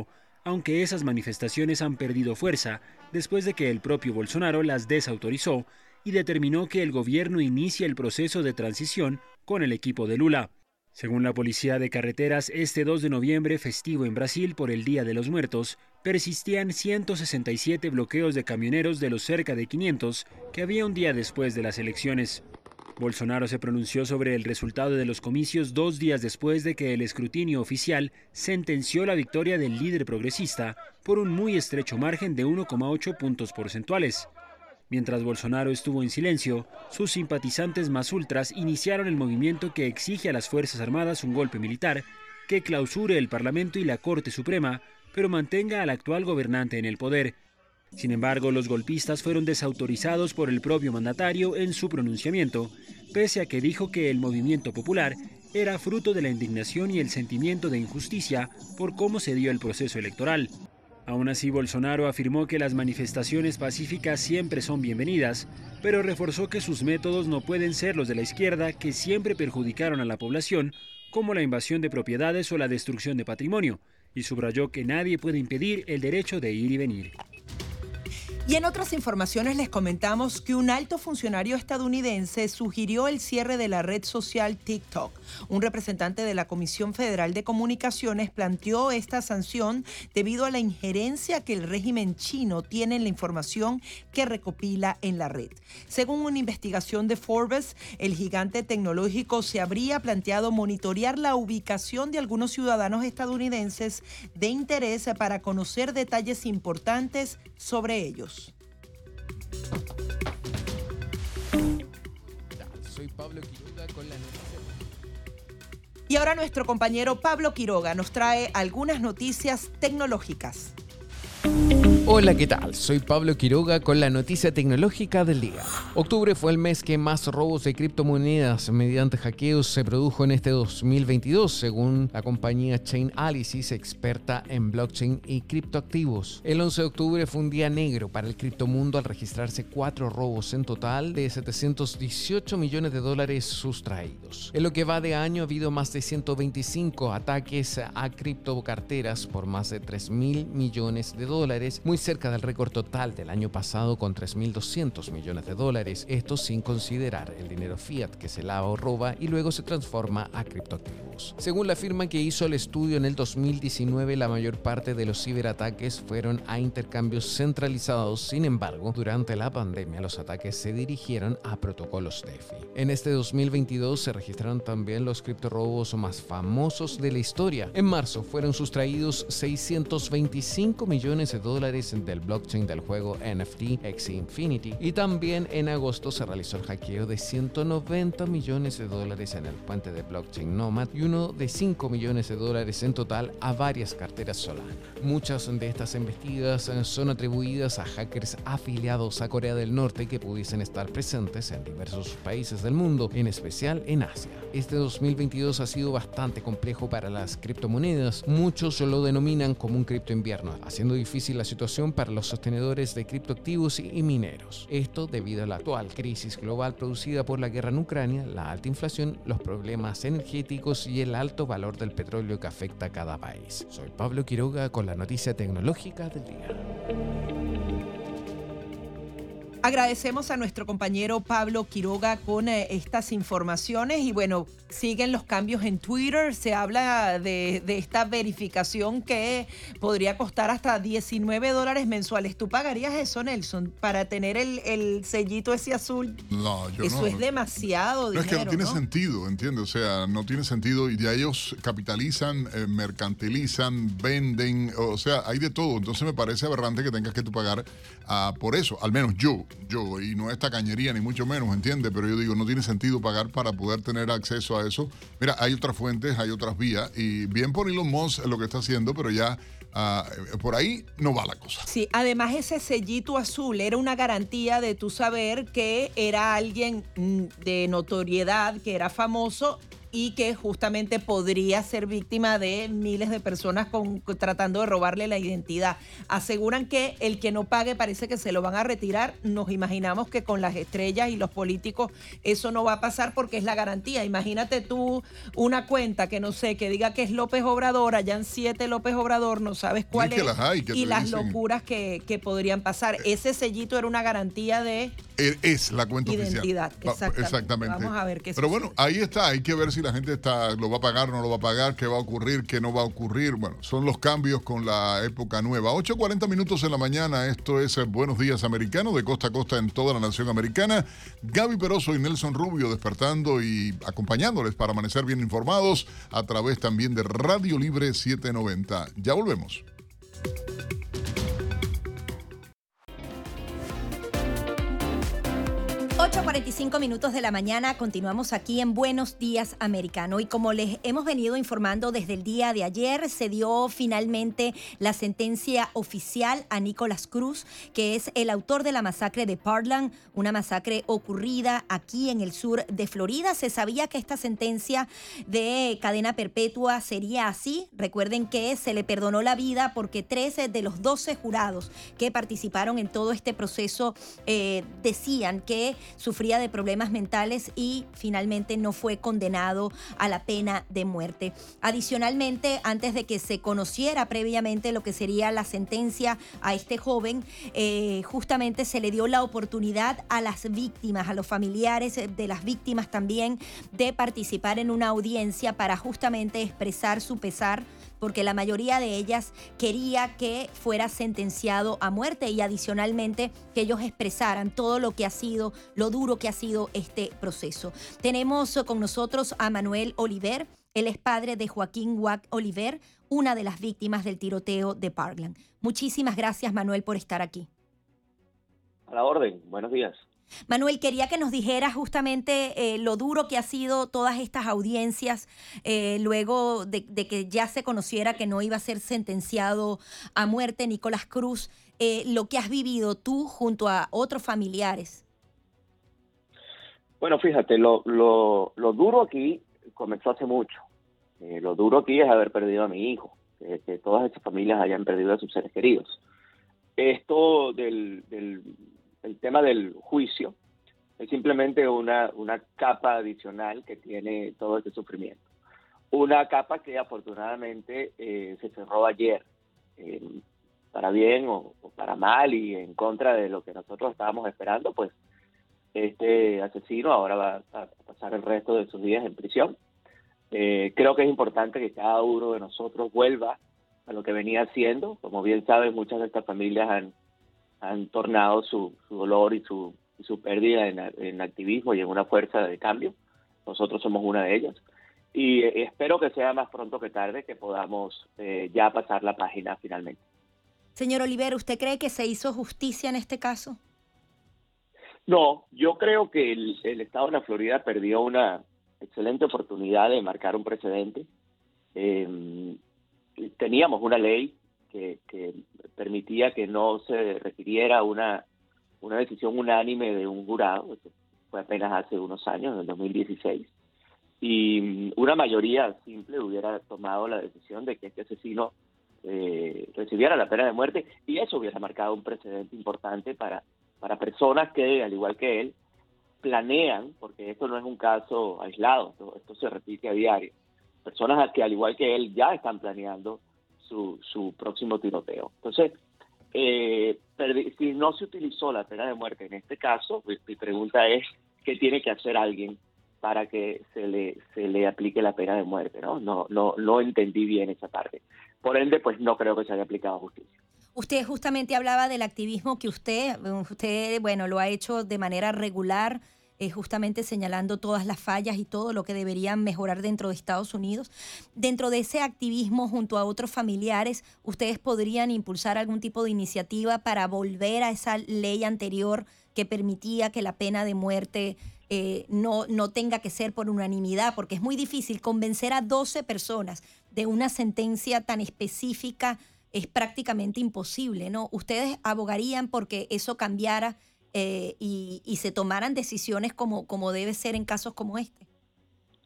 aunque esas manifestaciones han perdido fuerza después de que el propio Bolsonaro las desautorizó y determinó que el gobierno inicie el proceso de transición con el equipo de Lula. Según la Policía de Carreteras, este dos de noviembre, festivo en Brasil por el Día de los Muertos, persistían ciento sesenta y siete bloqueos de camioneros de los cerca de quinientos que había un día después de las elecciones. Bolsonaro se pronunció sobre el resultado de los comicios dos días después de que el escrutinio oficial sentenció la victoria del líder progresista por un muy estrecho margen de uno coma ocho puntos porcentuales. Mientras Bolsonaro estuvo en silencio, sus simpatizantes más ultras iniciaron el movimiento que exige a las Fuerzas Armadas un golpe militar que clausure el Parlamento y la Corte Suprema, pero mantenga al actual gobernante en el poder. Sin embargo, los golpistas fueron desautorizados por el propio mandatario en su pronunciamiento, pese a que dijo que el movimiento popular era fruto de la indignación y el sentimiento de injusticia por cómo se dio el proceso electoral. Aún así, Bolsonaro afirmó que las manifestaciones pacíficas siempre son bienvenidas, pero reforzó que sus métodos no pueden ser los de la izquierda, que siempre perjudicaron a la población, como la invasión de propiedades o la destrucción de patrimonio, y subrayó que nadie puede impedir el derecho de ir y venir. Y en otras informaciones les comentamos que un alto funcionario estadounidense sugirió el cierre de la red social TikTok. Un representante de la Comisión Federal de Comunicaciones planteó esta sanción debido a la injerencia que el régimen chino tiene en la información que recopila en la red. Según una investigación de Forbes, el gigante tecnológico se habría planteado monitorear la ubicación de algunos ciudadanos estadounidenses de interés para conocer detalles importantes sobre ellos. Soy Pablo Quiroga con la noticia. Y ahora nuestro compañero Pablo Quiroga nos trae algunas noticias tecnológicas. Hola, ¿qué tal? Soy Pablo Quiroga con la noticia tecnológica del día. Octubre fue el mes que más robos de criptomonedas mediante hackeos se produjo en este dos mil veintidós, según la compañía Chainalysis, experta en blockchain y criptoactivos. El once de octubre fue un día negro para el criptomundo al registrarse cuatro robos en total de setecientos dieciocho millones de dólares sustraídos. En lo que va de año ha habido más de ciento veinticinco ataques a criptocarteras por más de tres mil millones de dólares, muy cerca del récord total del año pasado con tres mil doscientos millones de dólares, esto sin considerar el dinero fiat que se lava o roba y luego se transforma a criptoactivos. Según la firma que hizo el estudio en el dos mil diecinueve, la mayor parte de los ciberataques fueron a intercambios centralizados. Sin embargo, durante la pandemia los ataques se dirigieron a protocolos DeFi. En este dos mil veintidós se registraron también los criptorrobos más famosos de la historia. En marzo fueron sustraídos seiscientos veinticinco millones de dólares del blockchain del juego N F T Axie Infinity, y también en agosto se realizó el hackeo de ciento noventa millones de dólares en el puente de blockchain Nomad y uno de cinco millones de dólares en total a varias carteras Solana. Muchas de estas embestidas son atribuidas a hackers afiliados a Corea del Norte que pudiesen estar presentes en diversos países del mundo, en especial en Asia. Este dos mil veintidós ha sido bastante complejo para las criptomonedas. Muchos lo denominan como un cripto invierno, haciendo difícil la situación para los sostenedores de criptoactivos y mineros. Esto debido a la actual crisis global producida por la guerra en Ucrania, la alta inflación, los problemas energéticos y el alto valor del petróleo que afecta a cada país. Soy Pablo Quiroga con la noticia tecnológica del día. Agradecemos a nuestro compañero Pablo Quiroga con eh, estas informaciones y bueno, siguen los cambios en Twitter. Se habla de, de esta verificación que podría costar hasta diecinueve dólares mensuales. ¿Tú pagarías eso, Nelson, para tener el, el sellito ese azul? No, yo eso no. es demasiado No, dinero, es que no tiene ¿no? sentido, ¿entiendes? O sea, no tiene sentido y ya ellos capitalizan, eh, mercantilizan, venden, o sea, hay de todo. Entonces me parece aberrante que tengas que tú pagar uh, por eso, al menos yo. Yo, y no es tacañería ni mucho menos, ¿entiendes? Pero yo digo, no tiene sentido pagar para poder tener acceso a eso. Mira, hay otras fuentes, hay otras vías, y bien por Elon Musk lo que está haciendo, pero ya uh, por ahí no va la cosa. Sí, además ese sellito azul era una garantía de tu saber que era alguien de notoriedad, que era famoso, y que justamente podría ser víctima de miles de personas con, tratando de robarle la identidad. Aseguran que el que no pague parece que se lo van a retirar. Nos imaginamos que con las estrellas y los políticos eso no va a pasar porque es la garantía. Imagínate tú una cuenta que no sé, que diga que es López Obrador, allá en siete López Obrador, no sabes cuál es, es las hay, y las dicen. locuras que, que podrían pasar. Ese sellito era una garantía de es la cuenta identidad. oficial. Exactamente. Exactamente. Vamos a ver qué Pero sucede. bueno, ahí está, hay que ver si la gente está, lo va a pagar, no lo va a pagar, qué va a ocurrir, qué no va a ocurrir. Bueno, son los cambios con la época nueva. ocho cuarenta minutos en la mañana, esto es Buenos Días Americano, de costa a costa en toda la nación americana. Gaby Peroso y Nelson Rubio despertando y acompañándoles para amanecer bien informados a través también de Radio Libre setecientos noventa. Ya volvemos. ocho cuarenta y cinco minutos de la mañana, continuamos aquí en Buenos Días Americano y como les hemos venido informando desde el día de ayer, se dio finalmente la sentencia oficial a Nicholas Cruz, que es el autor de la masacre de Parkland, una masacre ocurrida aquí en el sur de Florida. Se sabía que esta sentencia de cadena perpetua sería así. Recuerden que se le perdonó la vida porque trece de los doce jurados que participaron en todo este proceso eh, decían que sufría de problemas mentales y finalmente no fue condenado a la pena de muerte. Adicionalmente, antes de que se conociera previamente lo que sería la sentencia a este joven, eh, justamente se le dio la oportunidad a las víctimas, a los familiares de las víctimas también, de participar en una audiencia para justamente expresar su pesar, porque la mayoría de ellas quería que fuera sentenciado a muerte y adicionalmente que ellos expresaran todo lo que ha sido, lo duro que ha sido este proceso. Tenemos con nosotros a Manuel Oliver, él es padre de Joaquín Wack Oliver, una de las víctimas del tiroteo de Parkland. Muchísimas gracias, Manuel, por estar aquí. A la orden, buenos días. Manuel, quería que nos dijera justamente eh, lo duro que ha sido todas estas audiencias eh, luego de, de que ya se conociera que no iba a ser sentenciado a muerte Nicholas Cruz, eh, lo que has vivido tú junto a otros familiares. Bueno, fíjate, lo, lo, lo duro aquí comenzó hace mucho. Eh, lo duro aquí es haber perdido a mi hijo, que, que todas estas familias hayan perdido a sus seres queridos. Esto del... del El tema del juicio es simplemente una, una capa adicional que tiene todo este sufrimiento. Una capa que afortunadamente eh, se cerró ayer, eh, para bien o, o para mal y en contra de lo que nosotros estábamos esperando, pues este asesino ahora va a pasar el resto de sus días en prisión. Eh, creo que es importante que cada uno de nosotros vuelva a lo que venía haciendo. Como bien saben, muchas de estas familias han han tornado su, su dolor y su, y su pérdida en, en activismo y en una fuerza de cambio. Nosotros somos una de ellas. Y eh, espero que sea más pronto que tarde que podamos eh, ya pasar la página finalmente. Señor Oliver, ¿usted cree que se hizo justicia en este caso? No, yo creo que el, el estado de la Florida perdió una excelente oportunidad de marcar un precedente. Eh, teníamos una ley Que, que permitía que no se requiriera una, una decisión unánime de un jurado. Eso fue apenas hace unos años, en el dos mil dieciséis. Y una mayoría simple hubiera tomado la decisión de que este asesino eh, recibiera la pena de muerte y eso hubiera marcado un precedente importante para, para personas que, al igual que él, planean, porque esto no es un caso aislado, esto, esto se repite a diario. Personas que, al igual que él, ya están planeando Su, su próximo tiroteo. Entonces, eh, si no se utilizó la pena de muerte en este caso, mi, mi pregunta es, ¿qué tiene que hacer alguien para que se le, se le aplique la pena de muerte? ¿no? No, no, no entendí bien esa parte. Por ende, pues no creo que se haya aplicado justicia. Usted justamente hablaba del activismo que usted, usted, bueno, lo ha hecho de manera regular, Eh, justamente señalando todas las fallas y todo lo que deberían mejorar dentro de Estados Unidos. Dentro de ese activismo, junto a otros familiares, ¿ustedes podrían impulsar algún tipo de iniciativa para volver a esa ley anterior que permitía que la pena de muerte eh, no, no tenga que ser por unanimidad? Porque es muy difícil convencer a doce personas de una sentencia tan específica, es prácticamente imposible, ¿no? ¿Ustedes abogarían porque eso cambiara Eh, y, y se tomaran decisiones como, como debe ser en casos como este?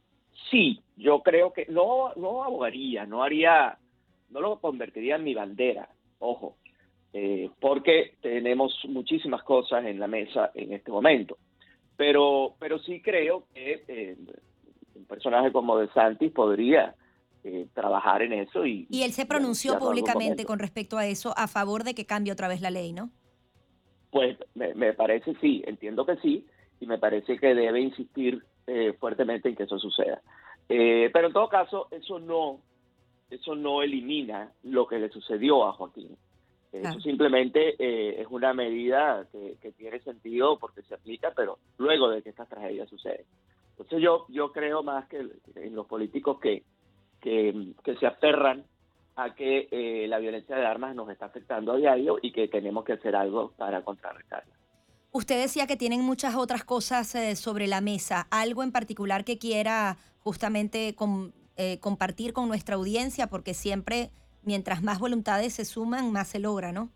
sí, yo creo que no, no abogaría, no haría, no lo convertiría en mi bandera, ojo, eh, porque tenemos muchísimas cosas en la mesa en este momento. Pero, pero sí creo que eh, un personaje como DeSantis podría eh, trabajar en eso. Y, y él se pronunció públicamente con respecto a eso, a favor de que cambie otra vez la ley, ¿no? Pues me, me parece sí, entiendo que sí, y me parece que debe insistir eh, fuertemente en que eso suceda. Eh, pero en todo caso, eso no, eso no elimina lo que le sucedió a Joaquín. Eso ah. simplemente eh, es una medida que, que tiene sentido porque se aplica, pero luego de que estas tragedias suceden. Entonces yo yo creo más que en los políticos que, que, que se aferran a que eh, la violencia de armas nos está afectando a diario y que tenemos que hacer algo para contrarrestarla. Usted decía que tienen muchas otras cosas eh, sobre la mesa. ¿Algo en particular que quiera justamente com, eh, compartir con nuestra audiencia? Porque siempre, mientras más voluntades se suman, más se logra, ¿no?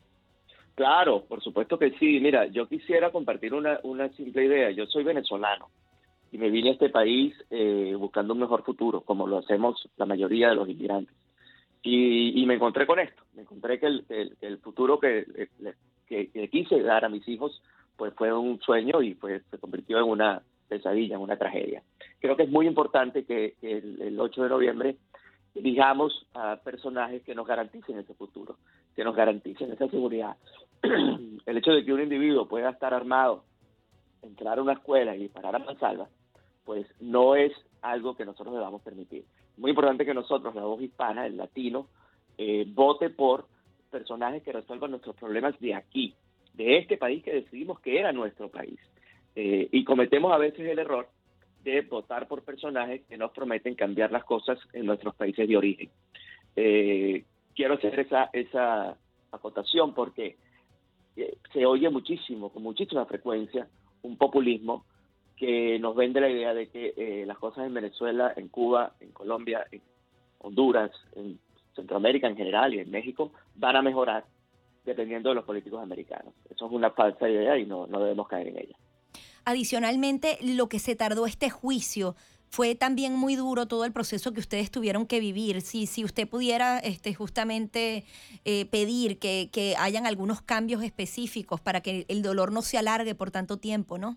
Claro, por supuesto que sí. Mira, yo quisiera compartir una, una simple idea. Yo soy venezolano y me vine a este país eh, buscando un mejor futuro, como lo hacemos la mayoría de los inmigrantes. Y, y me encontré con esto. Me encontré que el, el, el futuro que, que, que quise dar a mis hijos pues fue un sueño y pues se convirtió en una pesadilla, en una tragedia. Creo que es muy importante que, que el, el ocho de noviembre elijamos a personajes que nos garanticen ese futuro, que nos garanticen esa seguridad. El hecho de que un individuo pueda estar armado, entrar a una escuela y disparar a mansalva, pues no es algo que nosotros debamos permitir. Muy importante que nosotros, la voz hispana, el latino, eh, vote por personajes que resuelvan nuestros problemas de aquí, de este país que decidimos que era nuestro país. Eh, y cometemos a veces el error de votar por personajes que nos prometen cambiar las cosas en nuestros países de origen. Eh, quiero hacer esa, esa acotación porque eh, se oye muchísimo, con muchísima frecuencia, un populismo que nos vende la idea de que eh, las cosas en Venezuela, en Cuba, en Colombia, en Honduras, en Centroamérica en general y en México van a mejorar dependiendo de los políticos americanos. Eso es una falsa idea y no, no debemos caer en ella. Adicionalmente, lo que se tardó este juicio fue también muy duro todo el proceso que ustedes tuvieron que vivir. Si, si usted pudiera este, justamente eh, pedir que, que hayan algunos cambios específicos para que el dolor no se alargue por tanto tiempo, ¿no?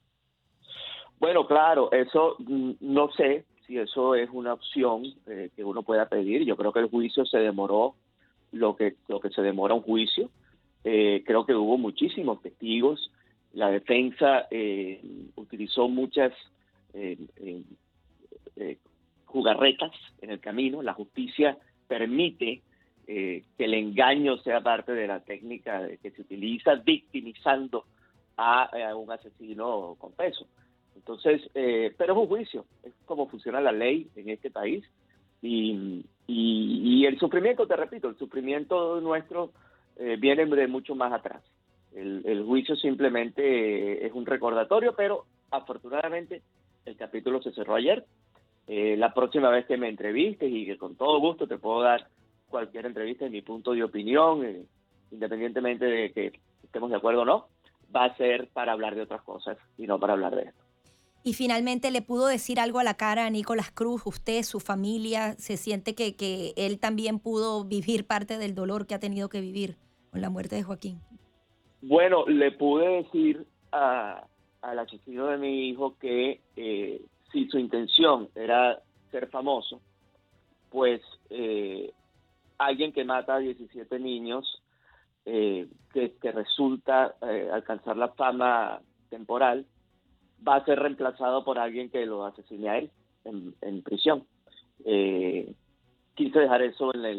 Bueno, claro, eso no sé si eso es una opción eh, que uno pueda pedir. Yo creo que el juicio se demoró lo que, lo que se demora un juicio. Eh, creo que hubo muchísimos testigos. La defensa eh, utilizó muchas eh, eh, eh, jugarretas en el camino. La justicia permite eh, que el engaño sea parte de la técnica que se utiliza victimizando a, a un asesino confeso. Entonces, eh, pero es un juicio, es como funciona la ley en este país y, y, y el sufrimiento, te repito, el sufrimiento nuestro eh, viene de mucho más atrás. El, el juicio simplemente eh, es un recordatorio, pero afortunadamente el capítulo se cerró ayer. Eh, la próxima vez que me entrevistes y que con todo gusto te puedo dar cualquier entrevista en mi punto de opinión, eh, independientemente de que estemos de acuerdo o no, va a ser para hablar de otras cosas y no para hablar de esto. Y finalmente, ¿le pudo decir algo a la cara a Nicolás Cruz? ¿Usted, su familia, se siente que, que él también pudo vivir parte del dolor que ha tenido que vivir con la muerte de Joaquín? Bueno, le pude decir a, al asesino de mi hijo que eh, si su intención era ser famoso, pues eh, alguien que mata a diecisiete niños, eh, que, que resulta eh, alcanzar la fama temporal, va a ser reemplazado por alguien que lo asesine a él en, en prisión. Eh, quise dejar eso en el